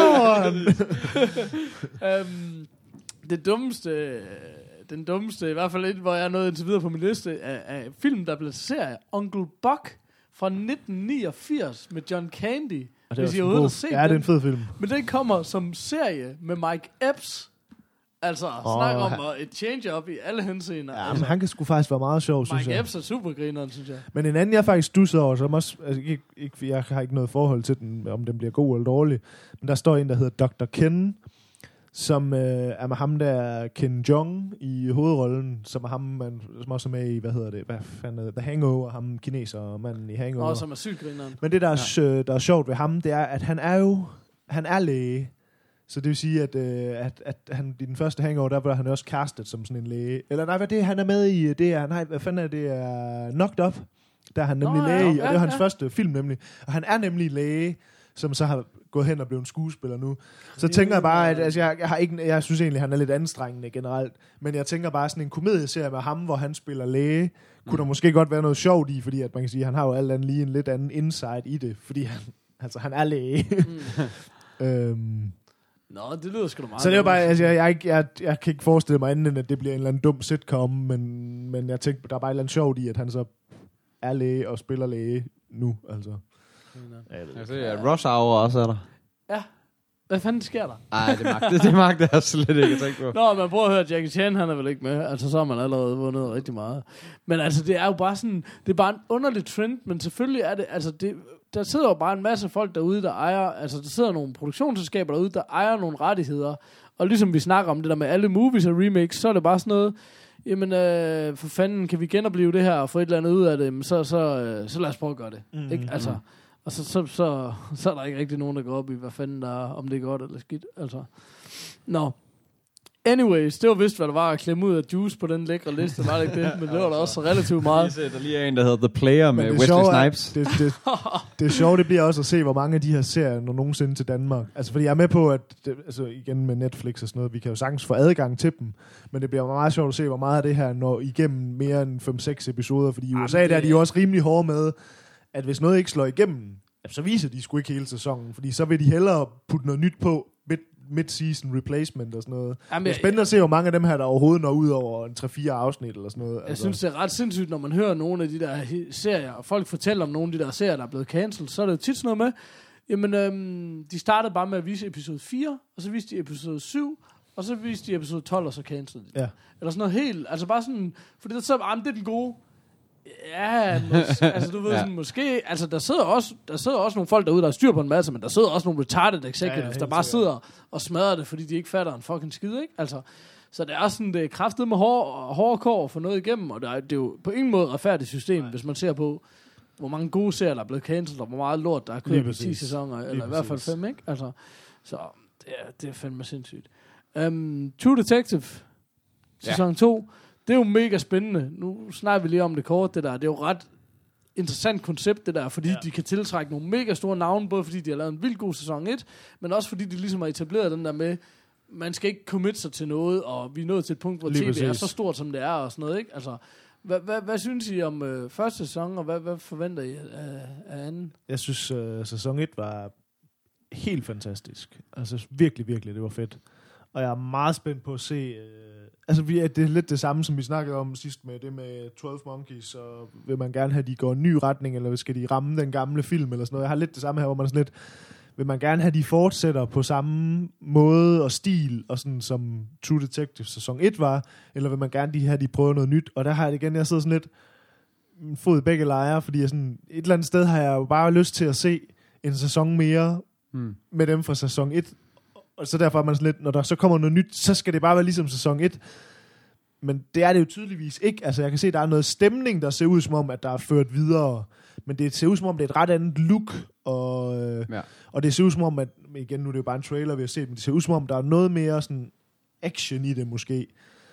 den dummeste, i hvert fald et, hvor jeg er nået indtil videre på min liste, af film, der blev serie, Uncle Buck fra 1989 med John Candy. Hvis I overhovedet har set det er en fed film. Men den kommer som serie med Mike Epps. Altså, snak om et change-up i alle henseender. Ja, men han kan sgu faktisk være meget sjov, synes jeg. Mike Epps er supergrineren, synes jeg. Men en anden, jeg faktisk stusser over, som også, altså, ikke, jeg har ikke noget forhold til den, om den bliver god eller dårlig, men der står en, der hedder Dr. Ken, som er med ham der, Ken Jeong i hovedrollen, som er ham, som også er med i, hvad fanden er det, The Hangover, ham kineser, manden i Hangover. Som er sygegrineren. Men det, der er sjovt ved ham, det er, at han er læge. Så det vil sige, at han i den første Hangover, der var han også castet som sådan en læge. Eller nej, hvad det han er med i, det er, nej, hvad fanden er det, er Knocked Up. Der er han nemlig læge i, og det er hans første film nemlig. Og han er nemlig læge, som så har gået hen og blevet en skuespiller nu. Så tænker jeg bare, at altså, jeg synes egentlig, han er lidt anstrengende generelt. Men jeg tænker bare, sådan en komedieserie med ham, hvor han spiller læge, kunne der måske godt være noget sjovt i, fordi at man kan sige, at han har jo alt andet lige en lidt anden insight i det, fordi han er læge. Nå, det lyder sgu da meget. Så det er bare, altså, jeg kan ikke forestille mig andet, end at det bliver en eller anden dum sitcom, men jeg tænker, der er bare et eller andet sjovt i, at han så er læge og spiller læge nu, altså. Jeg ser, Rush Hour også er der. Ja. Hvad fanden sker der? Nej, det magter jeg slet ikke at tænke på. Nå, man prøver at høre, Jackie Chan, han er vel ikke med. Altså, så har man allerede vundet rigtig meget. Men altså, det er jo bare sådan, det er bare en underlig trend, men selvfølgelig er det, altså, der sidder jo bare en masse folk derude, der ejer, altså, der sidder nogle produktionsselskaber derude, der ejer nogle rettigheder. Og ligesom vi snakker om det der med alle movies og remakes, så er det bare sådan noget, jamen, for fanden, kan vi genopleve det her og få et eller andet ud af det, så lad os prøve at gøre det. Ikke? Altså, og så er der ikke rigtig nogen, der går op i, hvad fanden der er, om det er godt eller skidt. Altså. Nå. Anyways, det var vist, hvad der var at klemme ud af Juice på den lækre liste, var det ikke det? Men det var der også relativt meget. Der lige er en, der hedder The Player med Wesley Snipes. Det sjove, det bliver også at se, hvor mange af de her serier når nogensinde til Danmark. Altså, fordi jeg er med på, at altså igen med Netflix og sådan noget, vi kan jo sagtens få adgang til dem, men det bliver meget sjovt at se, hvor meget af det her når igennem mere end 5-6 episoder, fordi i USA, der er de jo også rimelig hårde med, at hvis noget ikke slår igennem, så viser de sgu ikke hele sæsonen, fordi så vil de hellere putte noget nyt på, mid-season replacement og sådan noget. Jamen, det er spændende at se, hvor mange af dem her, der overhovedet når ud over en 3-4 afsnit eller sådan noget. Jeg synes, det er ret sindssygt, når man hører nogle af de der serier, og folk fortæller om nogle af de der serier, der er blevet cancelled, så er det jo tit sådan noget med, jamen, de startede bare med at vise episode 4, og så viste de episode 7, og så viste de episode 12, og så cancellede de. Ja. Eller sådan noget helt, altså bare sådan, fordi der så, det er den gode. Ja, altså du ved sådan, måske, altså der sidder også nogle folk derude, der har styr på en masse, men der sidder også nogle retarded executives, der bare sidder og smadrer det, fordi de ikke fatter en fucking skid, ikke? Altså, så det er sådan, det er kraftet med hårde kår for noget igennem, og det er jo på ingen måde retfærdigt system, hvis man ser på, hvor mange gode serier, der er blevet cancelled, og hvor meget lort, der er kørt på 10 sæsoner, eller i hvert fald 5, ikke? Altså, så det er fandme sindssygt. True Detective, sæson 2, det er jo mega spændende. Nu snakker vi lige om det kort, det der. Det er jo ret interessant koncept, det der, fordi de kan tiltrække nogle mega store navne, både fordi de har lavet en vildt god sæson 1, men også fordi de ligesom har etableret den der med, man skal ikke commit sig til noget, og vi er nået til et punkt, hvor TV er så stort, som det er, og sådan noget, ikke? Altså, hvad synes I om første sæson, og hvad forventer I af anden? Jeg synes, sæson 1 var helt fantastisk. Altså, virkelig, virkelig, det var fedt. Og jeg er meget spændt på at se... det er lidt det samme, som vi snakkede om sidst med det med 12 Monkeys, og vil man gerne have, at de går en ny retning, eller skal de ramme den gamle film, eller sådan noget. Jeg har lidt det samme her, hvor man sådan lidt... vil man gerne have, de fortsætter på samme måde og stil, og sådan som True Detective sæson 1 var, eller vil man gerne have, de prøver noget nyt? Og der har jeg igen, jeg sidder sådan lidt en fod i begge lejre, fordi jeg sådan, et eller andet sted har jeg jo bare lyst til at se en sæson mere med dem fra sæson 1, og så derfor er man sådan lidt, når der så kommer noget nyt, så skal det bare være ligesom sæson 1. Men det er det jo tydeligvis ikke. Altså jeg kan se, at der er noget stemning, der ser ud som om, at der er ført videre, men det ser ud som om, det er et ret andet look, og det ser ud som om, at igen, nu er det jo bare en trailer, vi har set, men det ser ud som om, der er noget mere sådan action i det måske.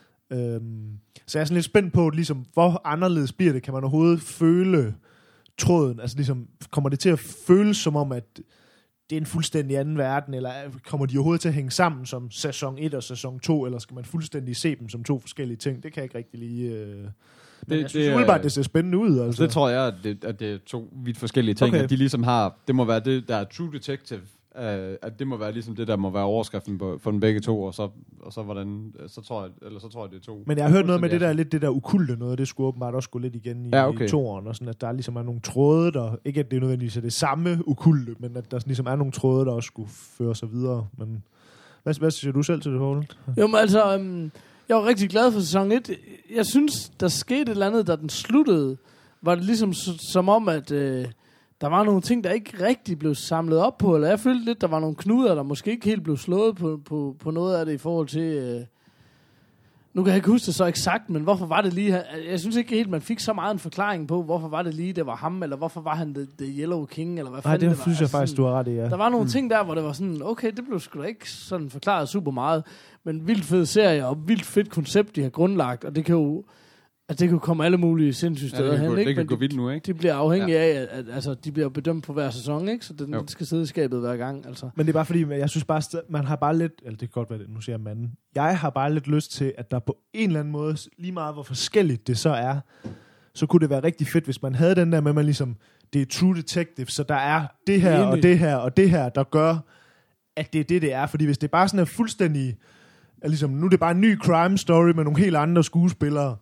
Så jeg er sådan lidt spændt på, ligesom, hvor anderledes bliver det? Kan man overhovedet føle tråden? Altså ligesom, kommer det til at føles som om, at det er en fuldstændig anden verden, eller kommer de overhovedet til at hænge sammen som sæson 1 og sæson 2, eller skal man fuldstændig se dem som to forskellige ting? Det kan jeg ikke rigtig lige... Men jeg synes umiddelbart, det ser spændende ud. Altså. Det tror jeg, at det er to vidt forskellige ting. Okay. At de ligesom har... Det må være det, der er True Detective. At det må være ligesom det, der må være overskriften for den begge to, og så hvordan... Så tror jeg, det er to. Men jeg har hørt noget med det der, lidt det der ukulte noget, det skulle åbenbart også gå lidt igen i toeren, og sådan, at der ligesom er nogle tråde, der... Ikke at det er nødvendigvis det samme ukulte, men at der ligesom er nogle tråde, der også skulle føre sig videre. Men hvad siger du selv til det, Poul? Jo, men altså... Jeg var rigtig glad for sæson 1. Jeg synes, der skete et eller andet, da den sluttede. Var det ligesom som om, at der var nogle ting, der ikke rigtig blev samlet op på. Eller jeg følte lidt, der var nogle knuder, der måske ikke helt blev slået på noget af det i forhold til... Nu kan jeg ikke huske det så eksakt, men hvorfor var det lige... Jeg synes ikke helt, man fik så meget en forklaring på, hvorfor var det lige, det var ham, eller hvorfor var han the Yellow King, eller hvad fanden det var. Nej, det synes jeg faktisk, du har ret i, ja. Der var nogle ting der, hvor det var sådan, okay, det blev sgu da ikke sådan forklaret super meget, men vildt fed serie, og vildt fedt koncept, de har grundlagt, og det kan jo komme alle mulige sindssyge steder hen, ikke? Det kan gå vildt nu, ikke? De bliver afhængige af, at altså, de bliver bedømt på hver sæson, ikke? Så den skal sidde i skabet hver gang, altså. Men det er bare fordi, jeg synes bare, man har bare lidt, eller det kan godt være det, nu siger jeg manden, jeg har bare lidt lyst til, at der på en eller anden måde, lige meget hvor forskelligt det så er, så kunne det være rigtig fedt, hvis man havde den der med, man ligesom, det er True Detective, så der er det her, og det her, og det her, der gør, at det er det er. Fordi hvis det bare sådan er fuldstændig, ligesom, nu er det bare en ny crime story med nogle helt andre skuespillere,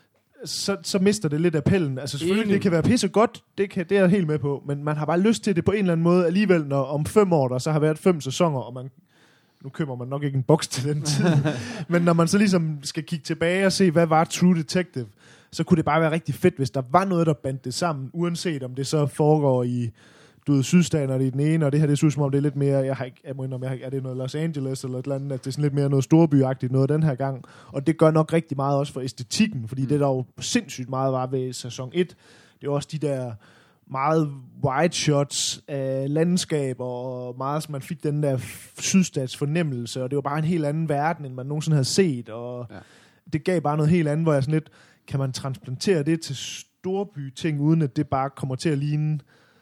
så mister det lidt appellen. Altså selvfølgelig, det kan være pisse godt, det er jeg helt med på, men man har bare lyst til det på en eller anden måde alligevel, når om 5 år, der så har været 5 sæsoner, og nu køber man nok ikke en boks til den tid, men når man så ligesom skal kigge tilbage og se, hvad var True Detective, så kunne det bare være rigtig fedt, hvis der var noget, der bandt det sammen, uanset om det så foregår i sydstater i den ene, og det her, det synes som om det er lidt mere, er det noget Los Angeles eller et eller andet, at det er sådan lidt mere noget storbyagtigt noget den her gang, og det gør nok rigtig meget også for æstetikken, fordi det der jo sindssygt meget var ved sæson 1, det er også de der meget wide shots af landskaber, og meget, så man fik den der sydstats fornemmelse, og det var bare en helt anden verden, end man nogensinde havde set, og det gav bare noget helt andet, hvor jeg sådan lidt, kan man transplantere det til storby ting, uden at det bare kommer til at ligne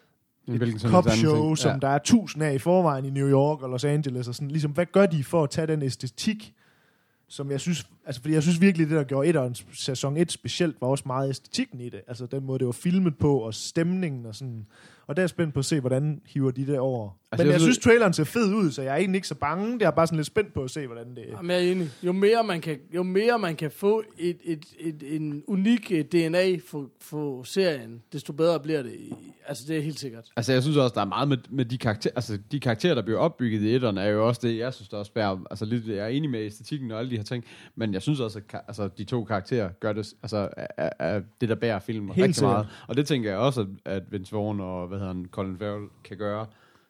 et cop-show, som der er 1000 af i forvejen i New York og Los Angeles, og sådan, ligesom, hvad gør de for at tage den æstetik, som jeg synes, altså fordi jeg synes virkelig, det der gjorde sæson 1 specielt, var også meget æstetikken i det, altså den måde, det var filmet på, og stemningen og sådan, og der er jeg spændt på at se, hvordan hiver de det over. Altså, men jeg synes, traileren ser fed ud, så jeg er egentlig ikke så bange, det er bare sådan lidt spændt på at se, hvordan det er. Jamen, jeg er enig. Jo mere man kan få en unik DNA for serien, desto bedre bliver det. Altså, det er helt sikkert. Altså, jeg synes også, der er meget med de karakterer, altså de karakterer, der bliver opbygget i etterne, er jo også det, jeg synes, der også bærer, altså lidt, jeg er enig med æstetikken og alle de her ting, men jeg synes også, at altså, de to karakterer gør det, altså, er det, der bærer filmen helt rigtig sikkert. Meget. Og det tænker jeg også, at Vince Vaughn og, Colin Farrell kan gøre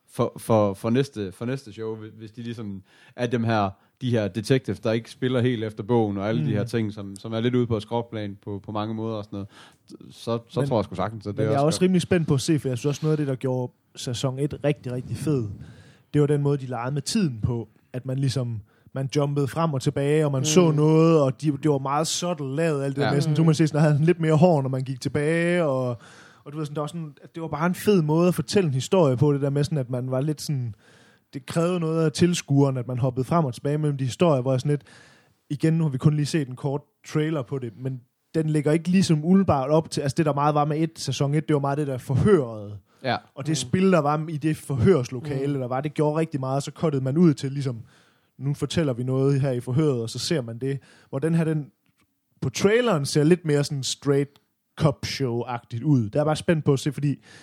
for næste show, hvis de ligesom er de her detectives, der ikke spiller helt efter bogen, og alle de her ting, som er lidt ude på et skråplan på mange måder og sådan noget, så tror jeg sgu sagtens, at det jeg er også rimelig spændt på at se, for jeg synes også noget af det, der gjorde sæson 1 rigtig, rigtig fed, det var den måde, de legede med tiden på, at man ligesom man jumpede frem og tilbage, og man så noget, og det var meget subtle lavet, alt det der næsten, så man se, sådan, at havde lidt mere hår, når man gik tilbage, og du ved sådan, der var sådan, at det var bare en fed måde at fortælle en historie på, det der med sådan, at man var lidt sådan, det krævede noget af tilskueren, at man hoppede frem og tilbage mellem de historier, hvor jeg sådan lidt, igen, nu har vi kun lige set en kort trailer på det, men den ligger ikke ligesom umiddelbart op til, altså det der meget var med sæson 1, det var meget det der forhøret, og det spil, der var i det forhørslokale, der var, det gjorde rigtig meget, så cuttede man ud til ligesom, nu fortæller vi noget her i forhøret, og så ser man det, hvor den på traileren ser lidt mere sådan straight cop show-agtigt ud. Der er bare spændt på at se, fordi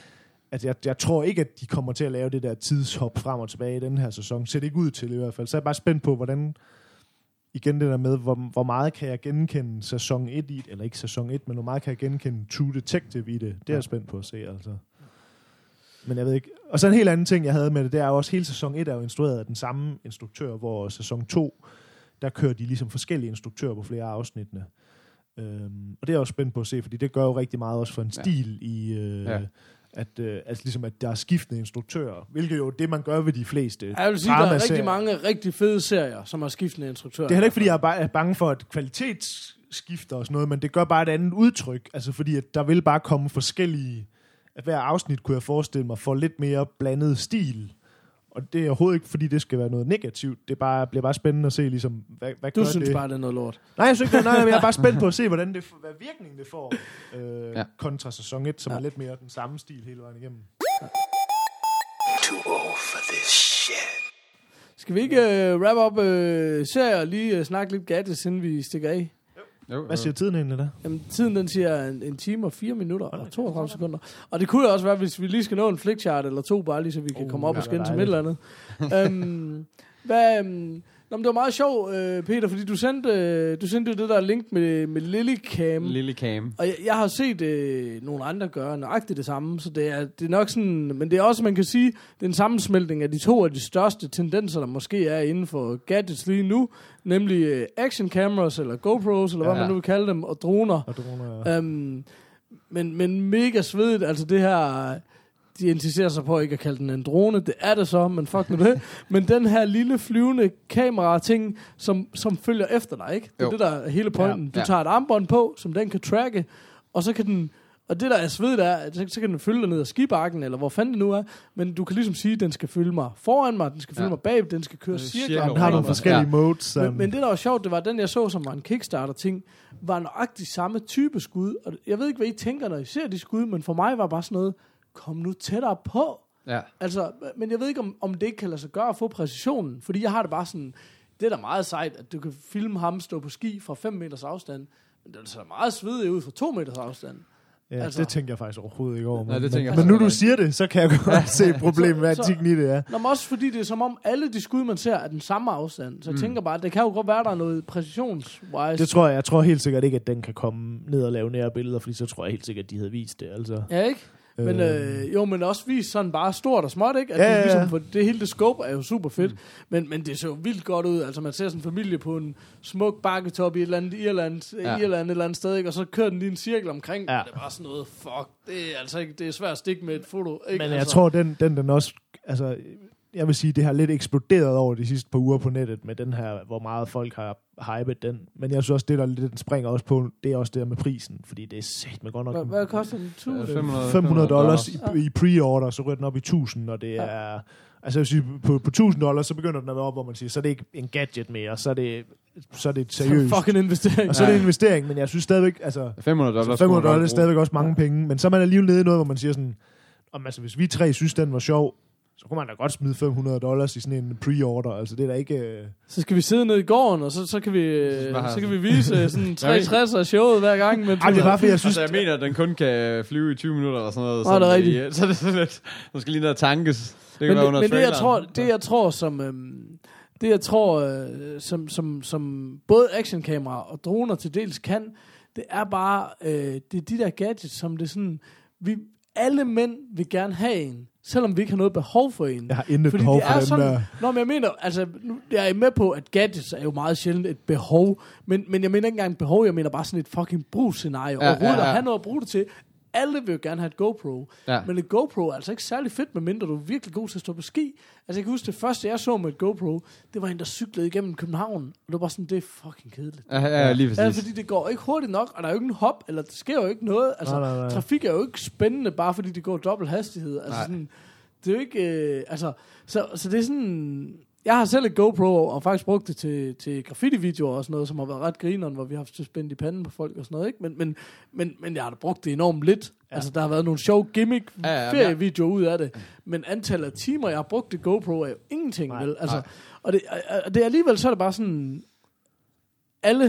at jeg tror ikke, at de kommer til at lave det der tidshop frem og tilbage i den her sæson. Ser det ikke ud til i hvert fald. Så er jeg bare spændt på, hvordan, igen det der med, hvor meget kan jeg genkende sæson 1 i, eller ikke sæson 1, men hvor meget kan jeg genkende True Detective i det. Det er jeg spændt på at se, altså. Men jeg ved ikke. Og så en helt anden ting, jeg havde med det, det er jo også, hele sæson 1 er jo instrueret af den samme instruktør, hvor sæson 2, der kører de ligesom forskellige instruktører på flere afsnittene. Og det er jeg også spændt på at se, fordi det gør jo rigtig meget også for en stil i... altså ligesom, at der er skiftende instruktører, hvilket jo det, man gør ved de fleste. Jeg vil sige, der er rigtig mange rigtig fede serier, som har skiftende instruktører. Det er heller ikke, fordi jeg er bange for, at kvalitetsskifter og sådan noget, men det gør bare et andet udtryk, altså fordi, at der vil bare komme forskellige, at hver afsnit, kunne jeg forestille mig, får lidt mere blandet stil. Og det er overhovedet ikke, fordi det skal være noget negativt. Det bliver bare spændende at se, ligesom, hvad gør det? Du synes bare, det er noget lort. Nej, jeg synes ikke, jeg er bare spændt på at se, hvad virkning det får kontra sæson 1, som er lidt mere den samme stil hele vejen igennem. Too old for this shit. Skal vi ikke wrap up serier og lige snakke lidt gadgets, inden vi stikker af? Hvad siger tiden egentlig der? Jamen, tiden den siger en time og 4 minutter og 32 sekunder. Og det kunne jo også være, hvis vi lige skal nå en flickchart eller to, bare lige så vi kan komme op og skænde som et eller andet. Det var meget sjovt, Peter, fordi du sendte det der link med Lilycam. Lilycam. Og jeg har set nogle andre gøre nøjagtigt det samme, så det er nok sådan, men det er også, man kan sige, det er en sammensmeltning af de to af de største tendenser, der måske er inden for gadgets lige nu, nemlig action cameras, eller GoPros, eller hvad man nu vil kalde dem, og droner. Men mega svedigt, altså det her... De insisterer sig på ikke at kalde den en drone. Det er det så, men fuck med det. Men den her lille flyvende kamera-ting, som følger efter dig, ikke? Det er det, der er hele pointen. Du tager et armbånd på, som den kan tracke, og så kan den... Og det, der er svedigt, er, at så kan den følge dig ned ad skibakken, eller hvor fanden det nu er. Men du kan ligesom sige, at den skal følge mig foran mig, den skal følge mig bag, den skal køre cirkler. Den har nogle forskellige modes. Men det, der var sjovt, det var, den jeg så, som var en Kickstarter-ting, var nøjagtigt samme type skud. Og jeg ved ikke, hvad I tænker, når I ser de skud, men for mig var bare sådan noget, kom nu tættere på. Ja. Altså, men jeg ved ikke, om det ikke kan lade sig gøre at få præcisionen, fordi jeg har det bare sådan, det er da meget sejt, at du kan filme ham stå på ski fra 5 meters afstand, men det er så meget svedigt ud fra 2 meters afstand. Ja, altså, det tænker jeg faktisk overhovedet ikke over. Men nu du siger det, så kan jeg godt se problemet, hvad etikken i det er. Men også fordi det er som om, alle de skud, man ser, er den samme afstand. Så jeg tænker bare, at det kan jo godt være, der er noget præcisionswise. Det tror jeg tror helt sikkert ikke, at den kan komme ned og lave nære billeder, fordi så tror jeg helt sikkert, at de havde vist det. Altså. Ja, ikke? Men men også vist sådan bare stort og småt, ikke? At ligesom, det hele det scope er jo super fedt, men det ser jo vildt godt ud. Altså man ser sådan en familie på en smuk bakketop i et eller andet Irland et eller andet sted, ikke? Og så kører den lige en cirkel omkring. Det er bare sådan noget, fuck, det er altså ikke, det er svært at stikke med et foto, ikke? Men jeg tror, den også, altså, jeg vil sige, det har lidt eksploderet over de sidste par uger på nettet med den her, hvor meget folk har hypet den. Men jeg synes også, det der lidt den springer også på, det er også det der med prisen, fordi det er sæt med godt nok. Hvad koster den? $500 i pre-order, så ryger den op i 1000, og det er... Altså jeg vil sige, på $1,000, så begynder den at være op, hvor man siger, så er det ikke en gadget mere, så er det et seriøst. Fucking investering. Og så er det en investering, men jeg synes stadigvæk, altså... $500 er stadigvæk også mange penge, men så er man alligevel nede i noget, hvor man siger sådan, altså hvis vi tre synes, den var sjov, så kunne man da godt smide $500 i sådan en pre-order. Altså det er da ikke... Så skal vi sidde nede i gården, og så kan vi vise sådan 63 af showet hver gang. Men det er bare, jeg synes... Altså jeg mener, at den kun kan flyve i 20 minutter eller sådan noget. Det er rigtigt. Så det er sådan lidt... Nu skal lige ned og tankes. Men det jeg tror, som både actionkamera og droner til dels kan, det er bare det er de der gadgets, som det sådan... Alle mænd vil gerne have en, selvom vi ikke har noget behov for en. Jeg har intet behov for den sådan, der. Nå, men jeg mener, altså, jeg er med på, at gadgets er jo meget sjældent et behov, men jeg mener ikke engang et behov, jeg mener bare sådan et fucking brugsscenario. Og at have noget at bruge det til. Alle vil jo gerne have et GoPro, men et GoPro er altså ikke særlig fedt, medmindre du er virkelig god til at stå på ski. Altså jeg kan huske, det første jeg så med et GoPro, det var en, der cyklede igennem København, og det var bare sådan, det er fucking kedeligt. Ja, lige præcis. Altså, fordi det går ikke hurtigt nok, og der er jo ikke en hop, eller der sker jo ikke noget. Altså, nej. Trafik er jo ikke spændende, bare fordi det går dobbelt hastighed. Altså sådan, det er jo ikke, så det er sådan... Jeg har selv et GoPro, og faktisk brugt det til graffiti-videoer og sådan noget, som har været ret grineren, hvor vi har haft spændt i panden på folk og sådan noget, ikke? Men jeg har da brugt det enormt lidt. Ja. Altså, der har været nogle sjove gimmick-ferievideoer ud af det, men antallet af timer, jeg har brugt det GoPro, er jo ingenting, vel? Altså, og det er alligevel, så er det bare sådan, alle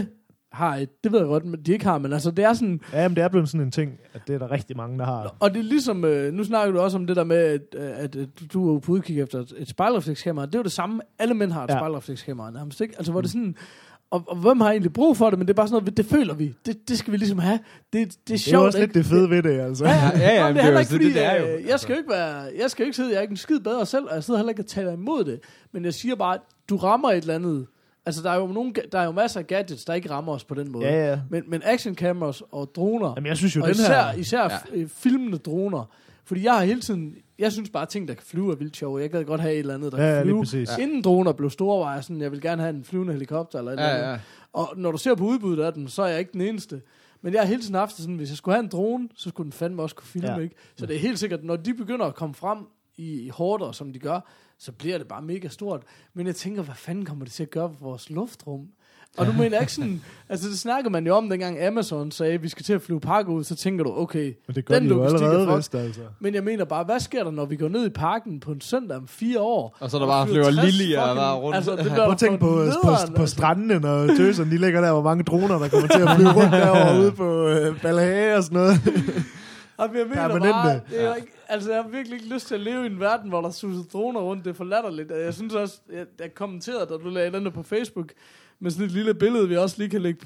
har et. Det ved jeg godt, men de ikke har, men altså det er sådan... Ja, men det er blevet sådan en ting, at det er der rigtig mange, der har. Og det er ligesom, nu snakker du også om det der med, at du er på udkig efter et spejlreflekskamera. Det er jo det samme, alle mænd har et spejlreflekskamera nærmest, ikke? Altså hvor det er sådan... Og hvem har egentlig brug for det, men det er bare sådan noget, det føler vi. Det skal vi ligesom have. Det er sjovt, det er også lidt det fede ved det, altså. Ja, det er heller jo ikke, fordi det er jo. jeg skal jo ikke sidde, jeg er ikke en skid bedre selv, og jeg sidder heller ikke og taler imod det. Men jeg siger bare, at du rammer et eller andet. Altså, der er jo masser af gadgets, der ikke rammer os på den måde. Ja. Men action cameras og droner, Jamen, jeg synes jo, og især filmende droner, fordi jeg har hele tiden... Jeg synes bare, at ting, der kan flyve, er vildt sjove. Jeg gad godt have et eller andet, der kan flyve. Inden droner blev store, var jeg sådan, jeg vil gerne have en flyvende helikopter eller et eller andet. Og når du ser på udbuddet af den, så er jeg ikke den eneste. Men jeg har hele tiden haft sådan, hvis jeg skulle have en drone, så skulle den fandme også kunne filme, ikke? Så det er helt sikkert, når de begynder at komme frem i hårder, som de gør, så bliver det bare mega stort. Men jeg tænker, hvad fanden kommer det til at gøre for vores luftrum? Og nu mener jeg ikke sådan... Altså, det snakker man jo om, dengang Amazon sagde, at vi skal til at flyve pakke ud, så tænker du, okay, men det gør den de jo allerede vist, altså. Men jeg mener bare, hvad sker der, når vi går ned i parken på en søndag om 4 år? Og så der bare flyver liljer bare rundt. Altså, prøv at tænke på strandene, når tøserne, de ligger der, hvor mange droner, der kommer til at flyve rundt derovre ude på Balahage og sådan noget. Og jeg mener bare, jeg har virkelig ikke lyst til at leve i en verden, hvor der suser droner rundt. Det er for latterligt. Jeg synes også, jeg kommenterede, da du lagde den der på Facebook, med sådan et lille billede, vi også lige kan lægge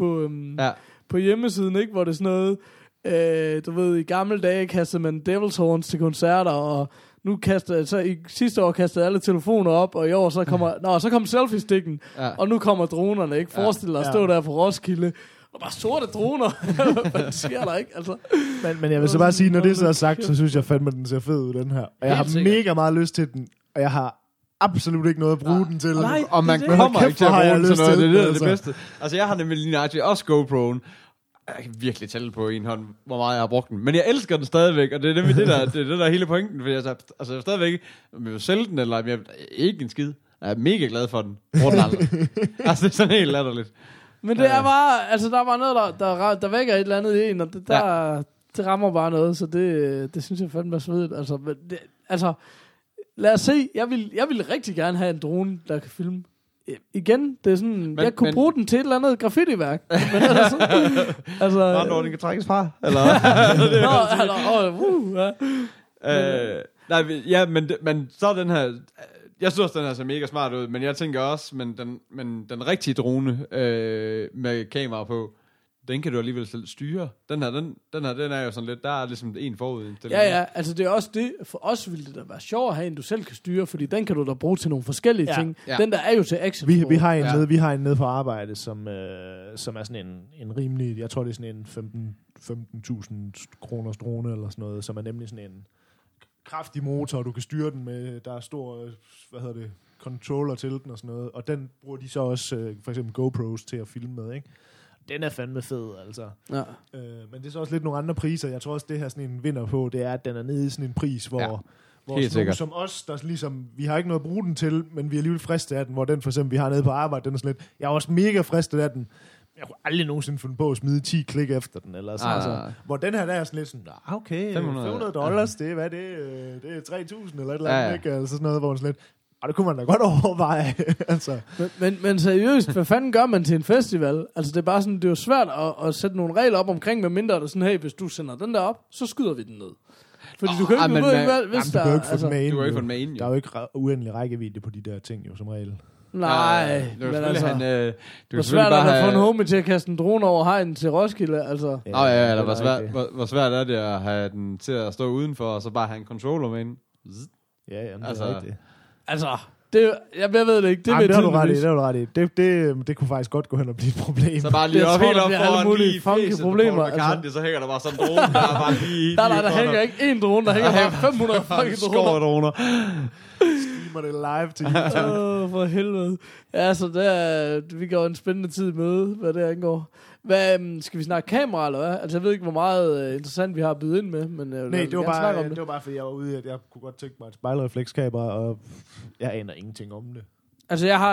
på hjemmesiden, ikke? Hvor det er sådan noget, du ved, i gamle dage kastede man Devil's Horns til koncerter, og nu sidste år kastede alle telefoner op, og i år så kommer selfie-stikken, og nu kommer dronerne, ikke? Forestil dig at stå der på Roskilde, og bare sorte droner. Hvad sker der, ikke? Altså. Men jeg vil så bare sige, når det så er sagt, så synes jeg fandme, den ser fed ud, den her. Og jeg har mega meget lyst til den, og jeg har absolut ikke noget at bruge den til. Nej, og man kommer ikke til at bruge den til noget. Det er det bedste. Altså, jeg har nemlig lige nøjagtigt også GoPro'en. Jeg kan virkelig tælle på en hånd, hvor meget jeg har brugt den. Men jeg elsker den stadigvæk, og det er nemlig det der er hele pointen. For jeg er stadigvæk, om jeg vil sælge den, eller jeg ikke en skid. Jeg er mega glad for den. Bruger den aldrig. Altså, det er sådan helt latterligt. Men det er bare, altså der er bare noget, der vækker et eller andet i en, og det rammer bare noget, så det synes jeg fandme er svedigt. Altså, lad os se, jeg vil rigtig gerne have en drone, der kan filme. Igen, det er sådan, jeg kunne bruge den til et eller andet graffiti-værk. Men altså... Nå, den kan trækkes fra, eller? Men så er den her... Jeg synes også, den her ser mega smart ud, men jeg tænker også, men den rigtige drone med kamera på, den kan du alligevel selv styre. Den er jo sådan lidt, der er ligesom en forud. Ja, altså det er også det, for os ville det da være sjovt at have en, du selv kan styre, fordi den kan du da bruge til nogle forskellige ting. Ja. Den der er jo til action. Vi har en nede på arbejde, som er sådan en rimelig, jeg tror det er sådan en 15.000 kroners drone eller sådan noget, som er nemlig sådan en kraftig motor, og du kan styre den med, der er stor, controller til den og sådan noget, og den bruger de så også, for eksempel GoPros til at filme med, ikke? Den er fandme fed, altså. Ja. Men det er så også lidt nogle andre priser. Jeg tror også, det her sådan en vinder på, det er, at den er nede i sådan en pris, hvor sådan som os, der ligesom, vi har ikke noget at bruge den til, men vi er alligevel fristet af den, hvor den for eksempel, vi har nede på arbejde, den er sådan lidt, jeg er også mega fristet af den. Jeg kunne aldrig nogensinde finde på at smide 10 klik efter den, eller sådan. Altså, hvor den her, der er sådan lidt sådan, okay, $500, det er hvad det er 3.000 eller et eller andet, ikke? Altså sådan noget, hvor man sådan lidt, og det kunne man da godt overveje. Altså. Men seriøst, hvad fanden gør man til en festival? Altså det er bare sådan, det er jo svært at sætte nogle regler op omkring, med mindre der sådan, hey, hvis du sender den der op, så skyder vi den ned. Fordi du kan ikke, hvis der... Du kan ikke få den med ind. Du kan ikke få den med ind, der er jo ikke uendelig rækkevidde på de der ting, jo, som regel. Nej, men altså... Hvor svært er det at få en homie til at kaste en drone over hegnen til Roskilde, altså? Ja, eller hvor svært er det at have den til at stå udenfor, og så bare have en controller med ind? Ja, det er rigtigt. Altså, jeg ved det ikke. Det har du ret i. Det kunne faktisk godt gå hen og blive et problem. Så bare lige op helt op foran lige funky problemer. Altså. Så hænger der bare sådan en drone, der er bare lige... Der hænger ikke én drone, der hænger bare 500 fucking droner. Streamer det live til YouTube. For helvede. Ja, så vi går en spændende tid i møde, hvad det angår. Skal vi snakke kamera, eller hvad? Altså, jeg ved ikke, hvor meget interessant vi har at byde ind med, men nej, det var bare, fordi jeg var ude i, at jeg kunne godt tænke mig et spejlreflekskamera, og jeg aner ingenting om det. Altså, jeg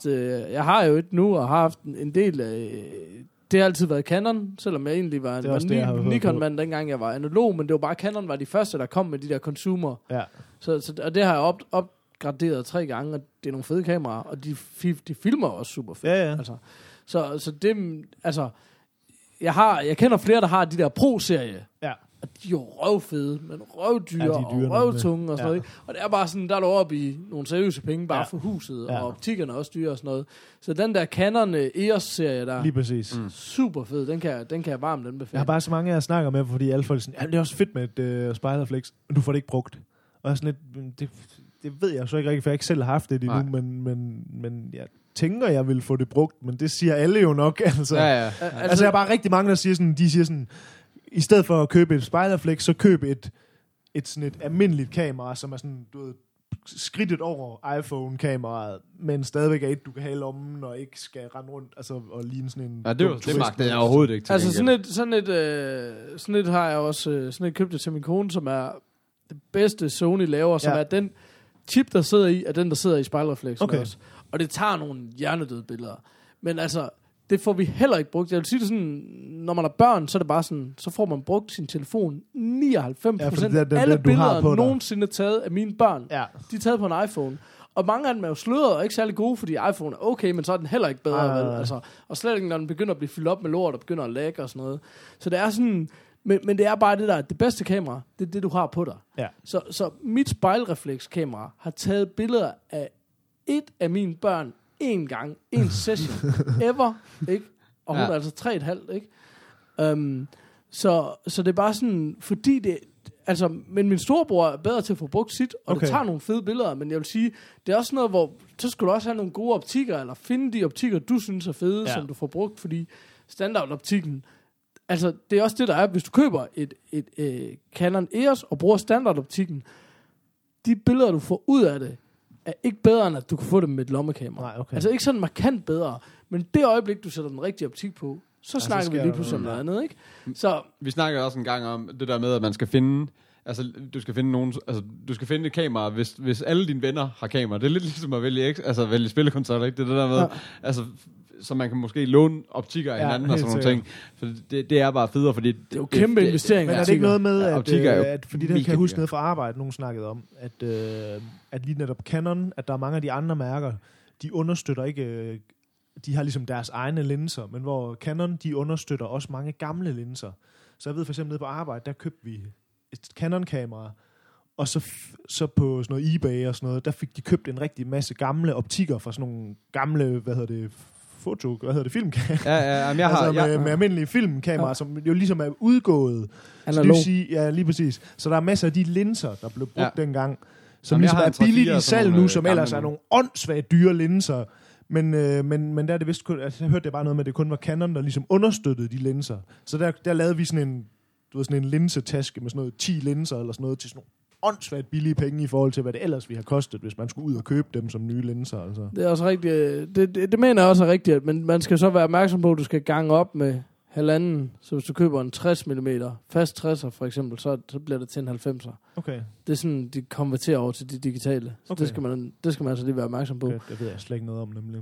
har jo et nu, og har haft en del det har altid været Canon, selvom jeg egentlig var en Nikon-mand, dengang jeg var analog, men det var bare Canon var de første, der kom med de der consumer. Ja. Så og det har jeg graderet 3 gange, og det er nogle fede kameraer, og de filmer også super fedt. Ja. Altså, så det, altså, jeg kender flere, der har de der Pro-serie, Ja. og de er jo røvfede, men røvdyre Ja, og røvtunge og sådan noget. Og det er bare sådan, der er du oppe i nogle seriøse penge bare for huset, og optikkerne også dyre og sådan noget. Så den der Canon EOS-serie der, Lige præcis. super fed, den kan jeg varmt anbefale. Jeg har bare så mange, jeg snakker med, fordi alle folk er sådan, det er også fedt med et Spejlerflex, men du får det ikke brugt. Og jeg er sådan lidt, det ved jeg så ikke rigtig, for jeg ikke selv har haft det endnu, men jeg tænker, jeg vil få det brugt, men det siger alle jo nok. Altså, altså jeg er bare rigtig mange, der siger sådan, i stedet for at købe et Spejlerflex, så køb et almindeligt kamera, som er sådan, du ved, skridtet over iPhone-kameraet, men stadigvæk er et, du kan have i lommen, og ikke skal rende rundt, altså, og ligne sådan en... Ja, det magtede jeg overhovedet ikke til. Altså sådan et har jeg også, sådan et købte til min kone, som er det bedste Sony laver, som er den chip, der sidder i, er den, der sidder i Spejlerflex også. Og det tager nogle hjernedøde billeder. Men altså, det får vi heller ikke brugt. Jeg vil sige det sådan, når man har børn, så er det bare sådan, så får man brugt sin telefon 99%. Alle billeder nogensinde taget af mine børn, de er taget på en iPhone. Og mange af dem er jo sløret og ikke særlig gode, fordi iPhone er okay, men så er den heller ikke bedre. Vel? Altså, og slet ikke, når den begynder at blive fyldt op med lort og begynder at lagge og sådan noget. Så det er sådan... Men det er bare det der, det bedste kamera, det er det, du har på dig. Ja. Så mit spejlreflekskamera har taget billeder af et af mine børn en gang, en session, ever, ikke? Og hun er altså 3,5, ikke? Så det er bare sådan, fordi det, altså, men min storebror er bedre til at få brugt sit, og det tager nogle fede billeder, men jeg vil sige, det er også noget, hvor, så skal du også have nogle gode optikker, eller finde de optikker, du synes er fede, som du får brugt, fordi standardoptikken, altså, det er også det, der er, hvis du køber et Canon EOS og bruger standardoptikken, de billeder, du får ud af det, er ikke bedre, end at du kan få dem med et lommekamera. Nej, altså ikke sådan markant bedre, men det øjeblik, du sætter den rigtige optik på, så snakker vi lige pludselig om noget andet, ikke? Så vi snakker også en gang om det der med, at man skal finde... Altså, du skal finde et kamera, hvis alle dine venner har kamera. Det er lidt ligesom at vælge spillekonsoller, ikke? Det er det der med... Altså, så man kan måske låne optikker af hinanden og sådan nogle ting. For det er bare federe, fordi... Det er jo kæmpe investeringer. Men er det ikke noget med, at fordi det kan jeg huske ned fra arbejde, nogen snakkede om, at lige netop Canon, at der er mange af de andre mærker, de understøtter ikke... De har ligesom deres egne linser, men hvor Canon, de understøtter også mange gamle linser. Så jeg ved for eksempel nede på arbejde, der købte vi et Canon-kamera, og så på sådan noget eBay og sådan noget, der fik de købt en rigtig masse gamle optikker fra sådan nogle gamle, filmkameraer. Med almindelige filmkameraer, som jo ligesom er udgået. Så det vil sige, ja, lige præcis. Så der er masser af de linser, der blev brugt dengang, som ligesom er billigt i salg nu, som ellers er nogle åndssvagt dyre linser. Men der er det vist kun, altså, jeg hørte det bare noget med, at det kun var Canon, der ligesom understøttede de linser. Så der lavede vi sådan en linsetaske med sådan noget 10 linser eller sådan noget til sådan nogle åndssvagt billige penge i forhold til, hvad det ellers ville have kostet, hvis man skulle ud og købe dem som nye linser. Altså. Det er også rigtigt. Det mener jeg også er rigtigt, men man skal så være opmærksom på, at du skal gange op med 1,5. Så hvis du køber en 60 mm fast 60'er for eksempel, så bliver det til en 90'er. Okay. Det er sådan, de konverterer over til de digitale. Så det skal man altså lige være opmærksom på. Okay, det ved jeg slet ikke noget om nemlig.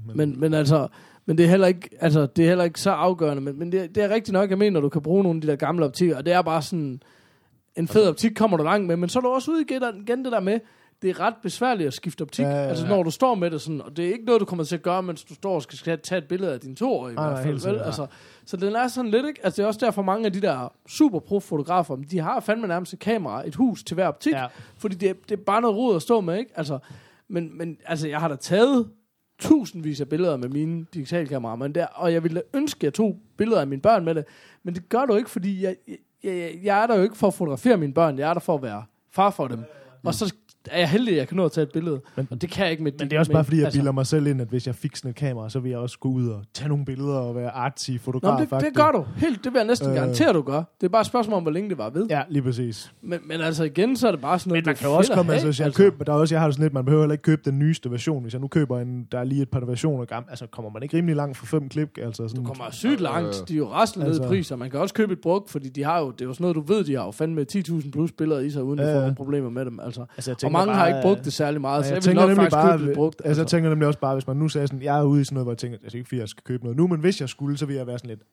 Men det er heller ikke så afgørende. Men det er rigtigt nok, jeg mener, du kan bruge nogle af de der gamle optikker, og det er bare sådan, en fed optik kommer du langt med, men så er du også ude igen det der med, det er ret besværligt at skifte optik. Altså når du står med det sådan, og det er ikke noget, du kommer til at gøre, mens du står og skal tage et billede af din 2-årige i hvert fald. Vel? Altså, så den er sådan lidt, ikke? Altså det er også derfor mange af de der super pro-fotografer, de har fandme nærmest et kamera, et hus til hver optik, fordi det er bare noget rod at stå med, ikke? Altså, men altså jeg har da taget tusindvis af billeder med mine digitalkameraer, og jeg ville ønske, at jeg tog billeder af mine børn med det, men det gør du ikke, fordi jeg er der jo ikke for at fotografere mine børn, jeg er der for at være far for dem. Og så er jeg heldig, at jeg kan nå at tage et billede. Og det kan jeg ikke med. Men det er også bare fordi, jeg bilder mig selv ind, at hvis jeg fik sådan et kamera, så vil jeg også gå ud og tage nogle billeder og være artsy fotograf. Det gør du. Det vil jeg næsten garantere, du gør. Det er bare et spørgsmål om, hvor længe det var ved. Ja, lige præcis. Men altså igen, så er det bare sådan noget, men man kan også komme, altså, jeg har jo sådan lidt, man behøver heller ikke købe den nyeste version. Hvis jeg nu køber der er lige et par versioner gammel, altså kommer man ikke rimelig langt for 5 klip. Altså sådan, du kommer sygt langt. De er jo rastlede ned i priser. Man kan også købe et brugt, fordi de har jo, det er jo sådan noget, du ved, de har jo fandme 10.000 plus billeder i sig, uden at få nogle problemer med dem. Altså og mange har ikke brugt det særlig meget, så jeg vil nok faktisk købe det brugt. Altså, jeg tænker nemlig også bare, hvis man nu sagde sådan, jeg er ude i sådan noget, hvor jeg tænker, altså ikke fordi jeg skal købe noget nu, men hvis jeg skulle, så vil jeg være sådan lidt,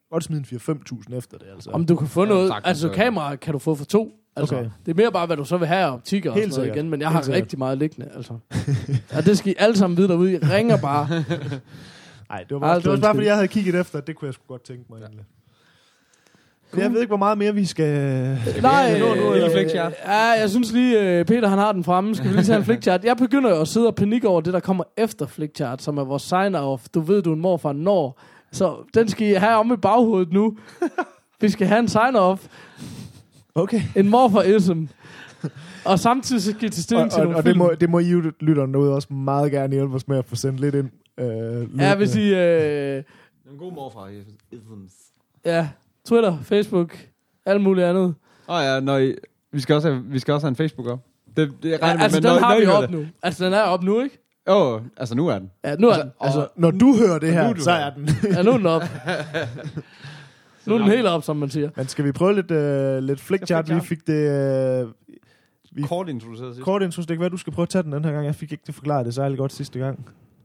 godt smide en 4-5.000 efter det, altså. Om du kan få noget, sagtens, altså kamera kan du få for 2. Altså, Okay. det er mere bare, hvad du så vil have af optikker og Helt sådan noget sikkert. igen, men jeg Helt har sikkert. rigtig meget liggende, altså. Ja, det skal I alle sammen vide derude. I ringer bare. Nej, det var bare, Aldrig fordi jeg havde kigget efter, det kunne jeg sgu godt tænke mig egentlig. Cool. Jeg ved ikke, hvor meget mere vi skal... Nej, lille flickchart. ja, jeg synes lige, Peter han har den fremme. Skal vi lige tage en flickchart? Jeg begynder jo at sidde og panik over det, der kommer efter flickchart, som er vores sign-off. Du ved, du er en morfar når. Så den skal I have om i baghovedet nu. Vi skal have en sign-off. Okay. En morfar-ism. Og samtidig så skal I til stilling til nogle Og film. det må I lytterne derude også meget gerne hjælpe os med at få sendt lidt ind. Ja, hvis I... En god morfar. ja, Twitter, Facebook, alt muligt andet. Vi skal også have en Facebook op. Det regner Altså, med, den har vi hører op det. nu. Altså, den er op nu, ikke? Altså nu er den. Ja, nu er den. Altså, når du hører det her, så er den. Ja, nu er den op. Nu er den helt op, som man siger. Men skal vi prøve lidt flickchart? Vi fik det... Kort introduceret sidst. Kort intro, det kan være, du skal prøve at tage den her gang. Jeg fik ikke det forklaret det særlig godt sidste gang.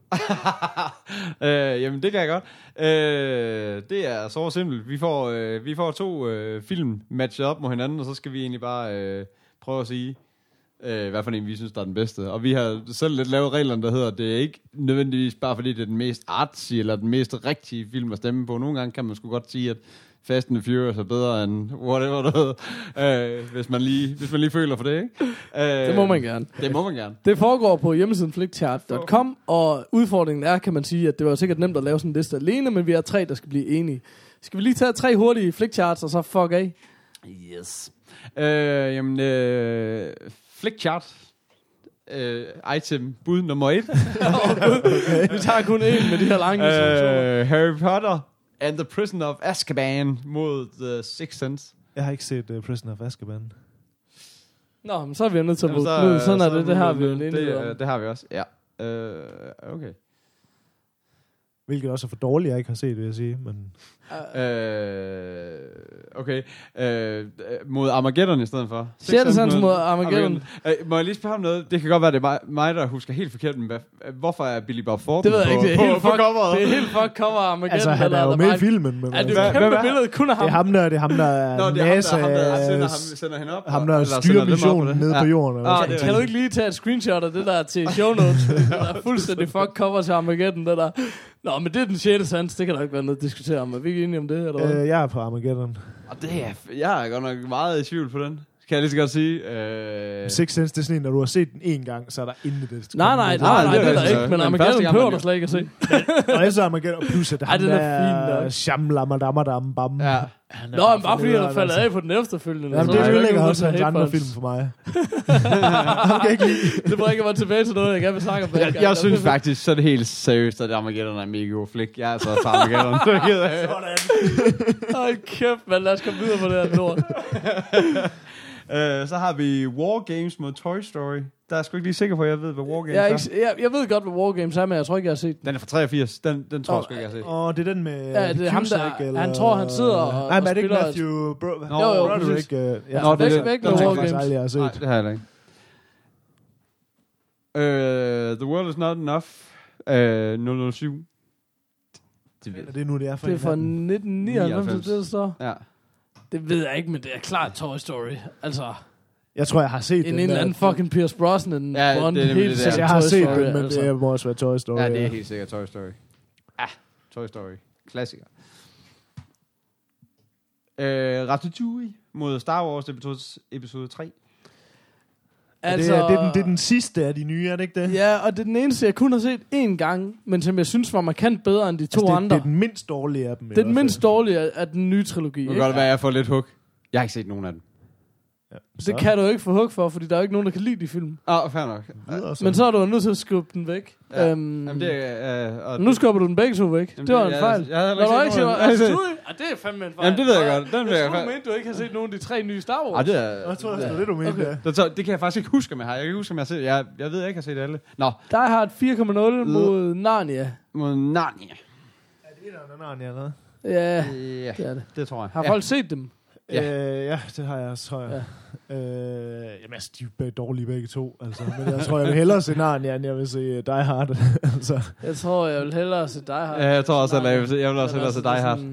Jamen, det kan jeg godt. Det er så simpelt. Vi får 2 film matchet op mod hinanden, og så skal vi egentlig bare prøve at sige, hvad for en vi synes, der er den bedste. Og vi har selv lidt lavet reglerne, der hedder, det er ikke nødvendigvis bare fordi, det er den mest artsy, eller den mest rigtige film at stemme på. Nogle gange kan man sgu godt sige, at Fast and Furious er bedre end whatever der hedder, hvis man lige føler for det, ikke? Det må man gerne. Det må man gerne. Det foregår på hjemmesiden flickchart.com, og udfordringen er, kan man sige, at det var sikkert nemt at lave sådan en liste alene, men vi er 3, der skal blive enige. Skal vi lige tage 3 hurtige flickcharts, og så fuck af? Yes. Flickchart. Item bud nummer 1. Vi tager kun én med de her lange situationer. Harry Potter and the Prisoner of Azkaban mod The Sixth Sense. Jeg har ikke set Prisoner of Azkaban. Nå, men så er vi jo nødt til at vote ned. Sådan er det har vi jo en enighed om. Det har vi også, ja. Okay. Hvilket også er for dårligt, jeg ikke har set, vil jeg sige. Men... Okay. Mod Armageddon i stedet for. Sjette Sans mod Armageddon. Må jeg lige spørge om noget? Det kan godt være, det er mig der husker helt forkert, men hvorfor er Billy Bob Thornton det ved jeg ikke, det er helt på coveret? Det er helt fuck cover Armageddon. Altså, han er jo med i filmen. Men det er et kæmpe billede, kun af ham. Det er ham, der er NASA. Sender hende op. Ham, der styrer missionen nede på jorden. Kan du ikke lige tage et screenshot af det der til show notes? Det er fuldstændig fuck cover til Armageddon, det der. Nå, men det er den sjette sans. Det kan der ikke være noget at diskutere om. Er vi ikke enige om det? Eller hvad? Jeg er på Armageddon. Og jeg er godt nok meget i tvivl på den. Kan jeg lige så godt sige. Sixth Sense, det er sådan en, når du har set den en gang, så er der intet det. Nej, det er der ikke. Men Armageddon behøver du slet ikke at se. Og så Armageddon, plus at den er fin. Shamlamadam. Ja. Nå, men bare fordi han er faldet af på den efterfølgende. Jamen, det ødelægger også hans andre film for mig. Han kan ikke lide. Det bringer mig tilbage til noget, jeg gerne vil snakke om. Jeg synes faktisk, så er det helt seriøst, at Armageddon er en mega god flik. Jeg er så fra Armageddon. Hold kæft, man. Lad os komme videre på det her lort. Så har vi War Games mod Toy Story. Der er jeg sgu ikke lige sikker på, at jeg ved, hvad War Games er. Jeg ved godt, hvad War Games er, men jeg tror ikke, jeg har set den. Den er fra 83. Den tror jeg sgu ikke, jeg har set. Og det er den med... Ja, det er ham, der... Han tror, han sidder og nej, men er det ikke spiller... Matthew... Jo, Broderick? Ja, væk med War Games. Nej, det har jeg ikke. The World is Not Enough. 007. Det er nu, det er fra. Det er fra 1999, det der står. Ja. Det ved jeg ikke, men det er klart Toy Story. Altså... Jeg tror, jeg har set en eller anden fucking Pierce Brosnan. Ja, Bond, det er helt det. Jeg har set Story, den, men altså. det må også være Toy Story. Ja, det er helt sikkert Toy Story. Toy Story. Klassiker. Ratatouille mod Star Wars episode 3. Altså, det er den sidste af de nye, er det ikke det? Ja, og det er den eneste, jeg kun har set én gang, men som jeg synes var markant bedre end de to andre. Det er den mindst dårlige af dem. Det er den mindst dårlige af den nye trilogi. Det kan godt være, at jeg får lidt hug. Jeg har ikke set nogen af dem. Ja, det kan du ikke få hug for, fordi der er jo ikke nogen, der kan lide de film. Fair nok. Men så er du nødt til at skubbe den væk. Ja. Jamen, det nu skubber du den begge to væk. Jamen, det var en fejl. Jeg havde ikke set nogen. Det er fandme en fejl. Jamen, det ved jeg godt. Den jeg tror, du mente, du ikke har set nogen af de 3 nye Star Wars. Det er... Jeg tror også, det er det, du mente. Okay. Det kan jeg faktisk ikke huske, om jeg har. Jeg kan ikke huske, om jeg har set. Jeg ved, jeg ikke har set alle. Nå. Der har et 4,0 mod Narnia. Mod Narnia. Er det Narnia, eller? Ja, det er det. Det tror jeg. Har folk set dem? Ja, det har jeg, tror jeg. Ja. Jamen, altså, de er dårlige begge to, altså. Men jeg tror, jeg vil hellere se Narnia, end jeg vil se Die Hard, altså. Jeg tror, jeg vil hellere se Die Hard. Ja, jeg tror også, jeg vil også hellere se Die Hard.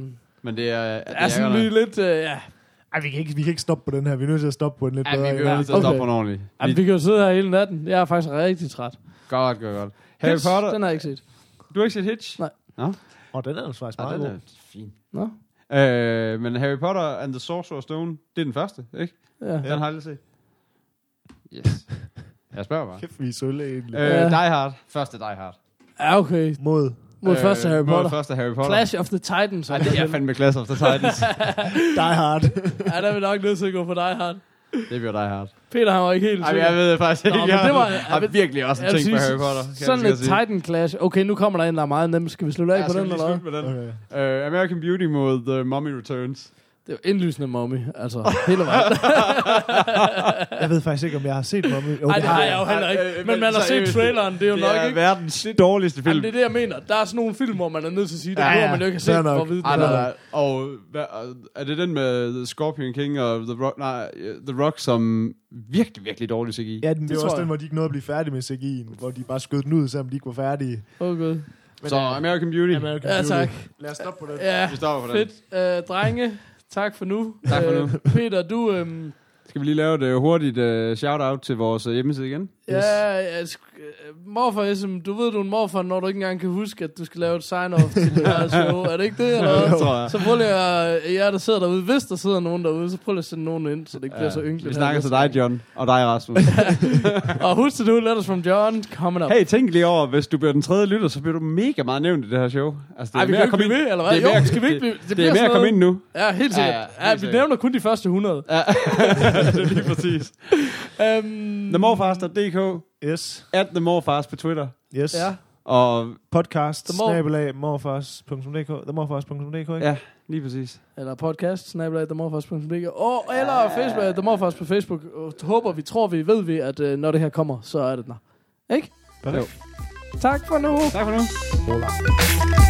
Men det er... Det er sådan lige lidt... ja. Ej, vi kan ikke stoppe på den her. Vi er nødt til at stoppe på den lidt Ja, bedre. vi er nødt til at stoppe på den ordentligt. Jamen, vi kan jo sidde her hele natten. Jeg er faktisk rigtig træt. Godt. Harry Hitch, Potter... den har jeg ikke set. Du har ikke set Hitch? Nej. Nå? Den er faktisk Ja, meget den god. er fin. Nå? Men Harry Potter and the Sorcerer's Stone, det er den første, ikke? Ja. Den har jeg aldrig set. Yes. Jeg spørger bare. Kæft, vi er sølle egentlig. Ja. Die Hard. Første Die Hard. Ja, okay. Mod. Mod første Harry Potter. Mod første Harry Potter. Clash of the Titans. Ej, det er fandme Clash of the Titans. Die Hard. Ja, der er vi nok nødt til at gå for Die Hard. Det bliver Die Hard. Peter, han var ikke helt Ej, sikker. jeg ved faktisk ikke. Nå, men Jeg det var- har virkelig også jeg vil tænkt på sige, Harry Potter. kan Sådan jeg et sige. Titan Clash. Okay, nu kommer der en, der er meget nem. Skal vi slutte af på den, eller hvad? Med den. Okay. American Beauty mod The Mummy Returns. Det er jo indlysende Mummy. Altså, hele vejen. Jeg ved faktisk ikke, om jeg har set Mummy. Nej, det har jeg jo heller ikke. Men man har set traileren. Det er jo nok ikke... verdens dårligste film. Jamen, det er det, jeg mener. Der er sådan nogle film, hvor man er nødt til at sige, det Ja, behøver ja. man jo ikke have Fair set nok. for at vide Ej, det. nej. Og er det den med The Scorpion King og The Rock, som virkelig dårlig CGI? Ja, det tror var også jeg. den, hvor de ikke nåede at blive færdige med CGI'en. Hvor de bare skød den ud, selvom de ikke var færdige. Okay. Så American Beauty. American Ja, Beauty. tak. Lad os stoppe på den. Ja, Vi stopper på den. fedt. Drenge, tak for nu. Tak for nu. Peter, du... Skal vi lige lave et hurtigt shout-out til vores hjemmeside igen? Morfar SM, du ved, du er en morfar, når du ikke engang kan huske, at du skal lave et sign-off til det her show. Er det ikke det, eller hvad? Det tror jeg. Så prøv lige at, jer der sidder derude, hvis der sidder nogen derude, så prøv lige at sende nogen ind, så det ikke bliver så ynkeligt. Vi snakker til dig, John, og dig, Rasmus. Og husk to do letters from John, coming up. Hey, tænk lige over, hvis du bliver den tredje lytter, så bliver du mega meget nævnt i det her show. Altså, det Ej, vi kan jo ikke blive ved, eller hvad? Det er mere, Jo, skal vi ikke blive... det er mere at komme ind nu. Ja, helt sikkert. Ja, Ja, helt vi sikkert. nævner kun de første 100. Ja, det er lige præcis. TheMorfars.dk, Yes. @TheMorfars på Twitter. Yes. Ja. Og Podcast, The Mor- snabelag, morfars.dk, themorfars.dk, ikke? ja, lige præcis. Eller podcast, @themorfars.dk, og eller Facebook, The Morfars på Facebook. Og håber vi, tror vi, ved vi, at når det her kommer, så er det der. Ikke? Perfekt. Tak for nu. Tak for nu. Hola.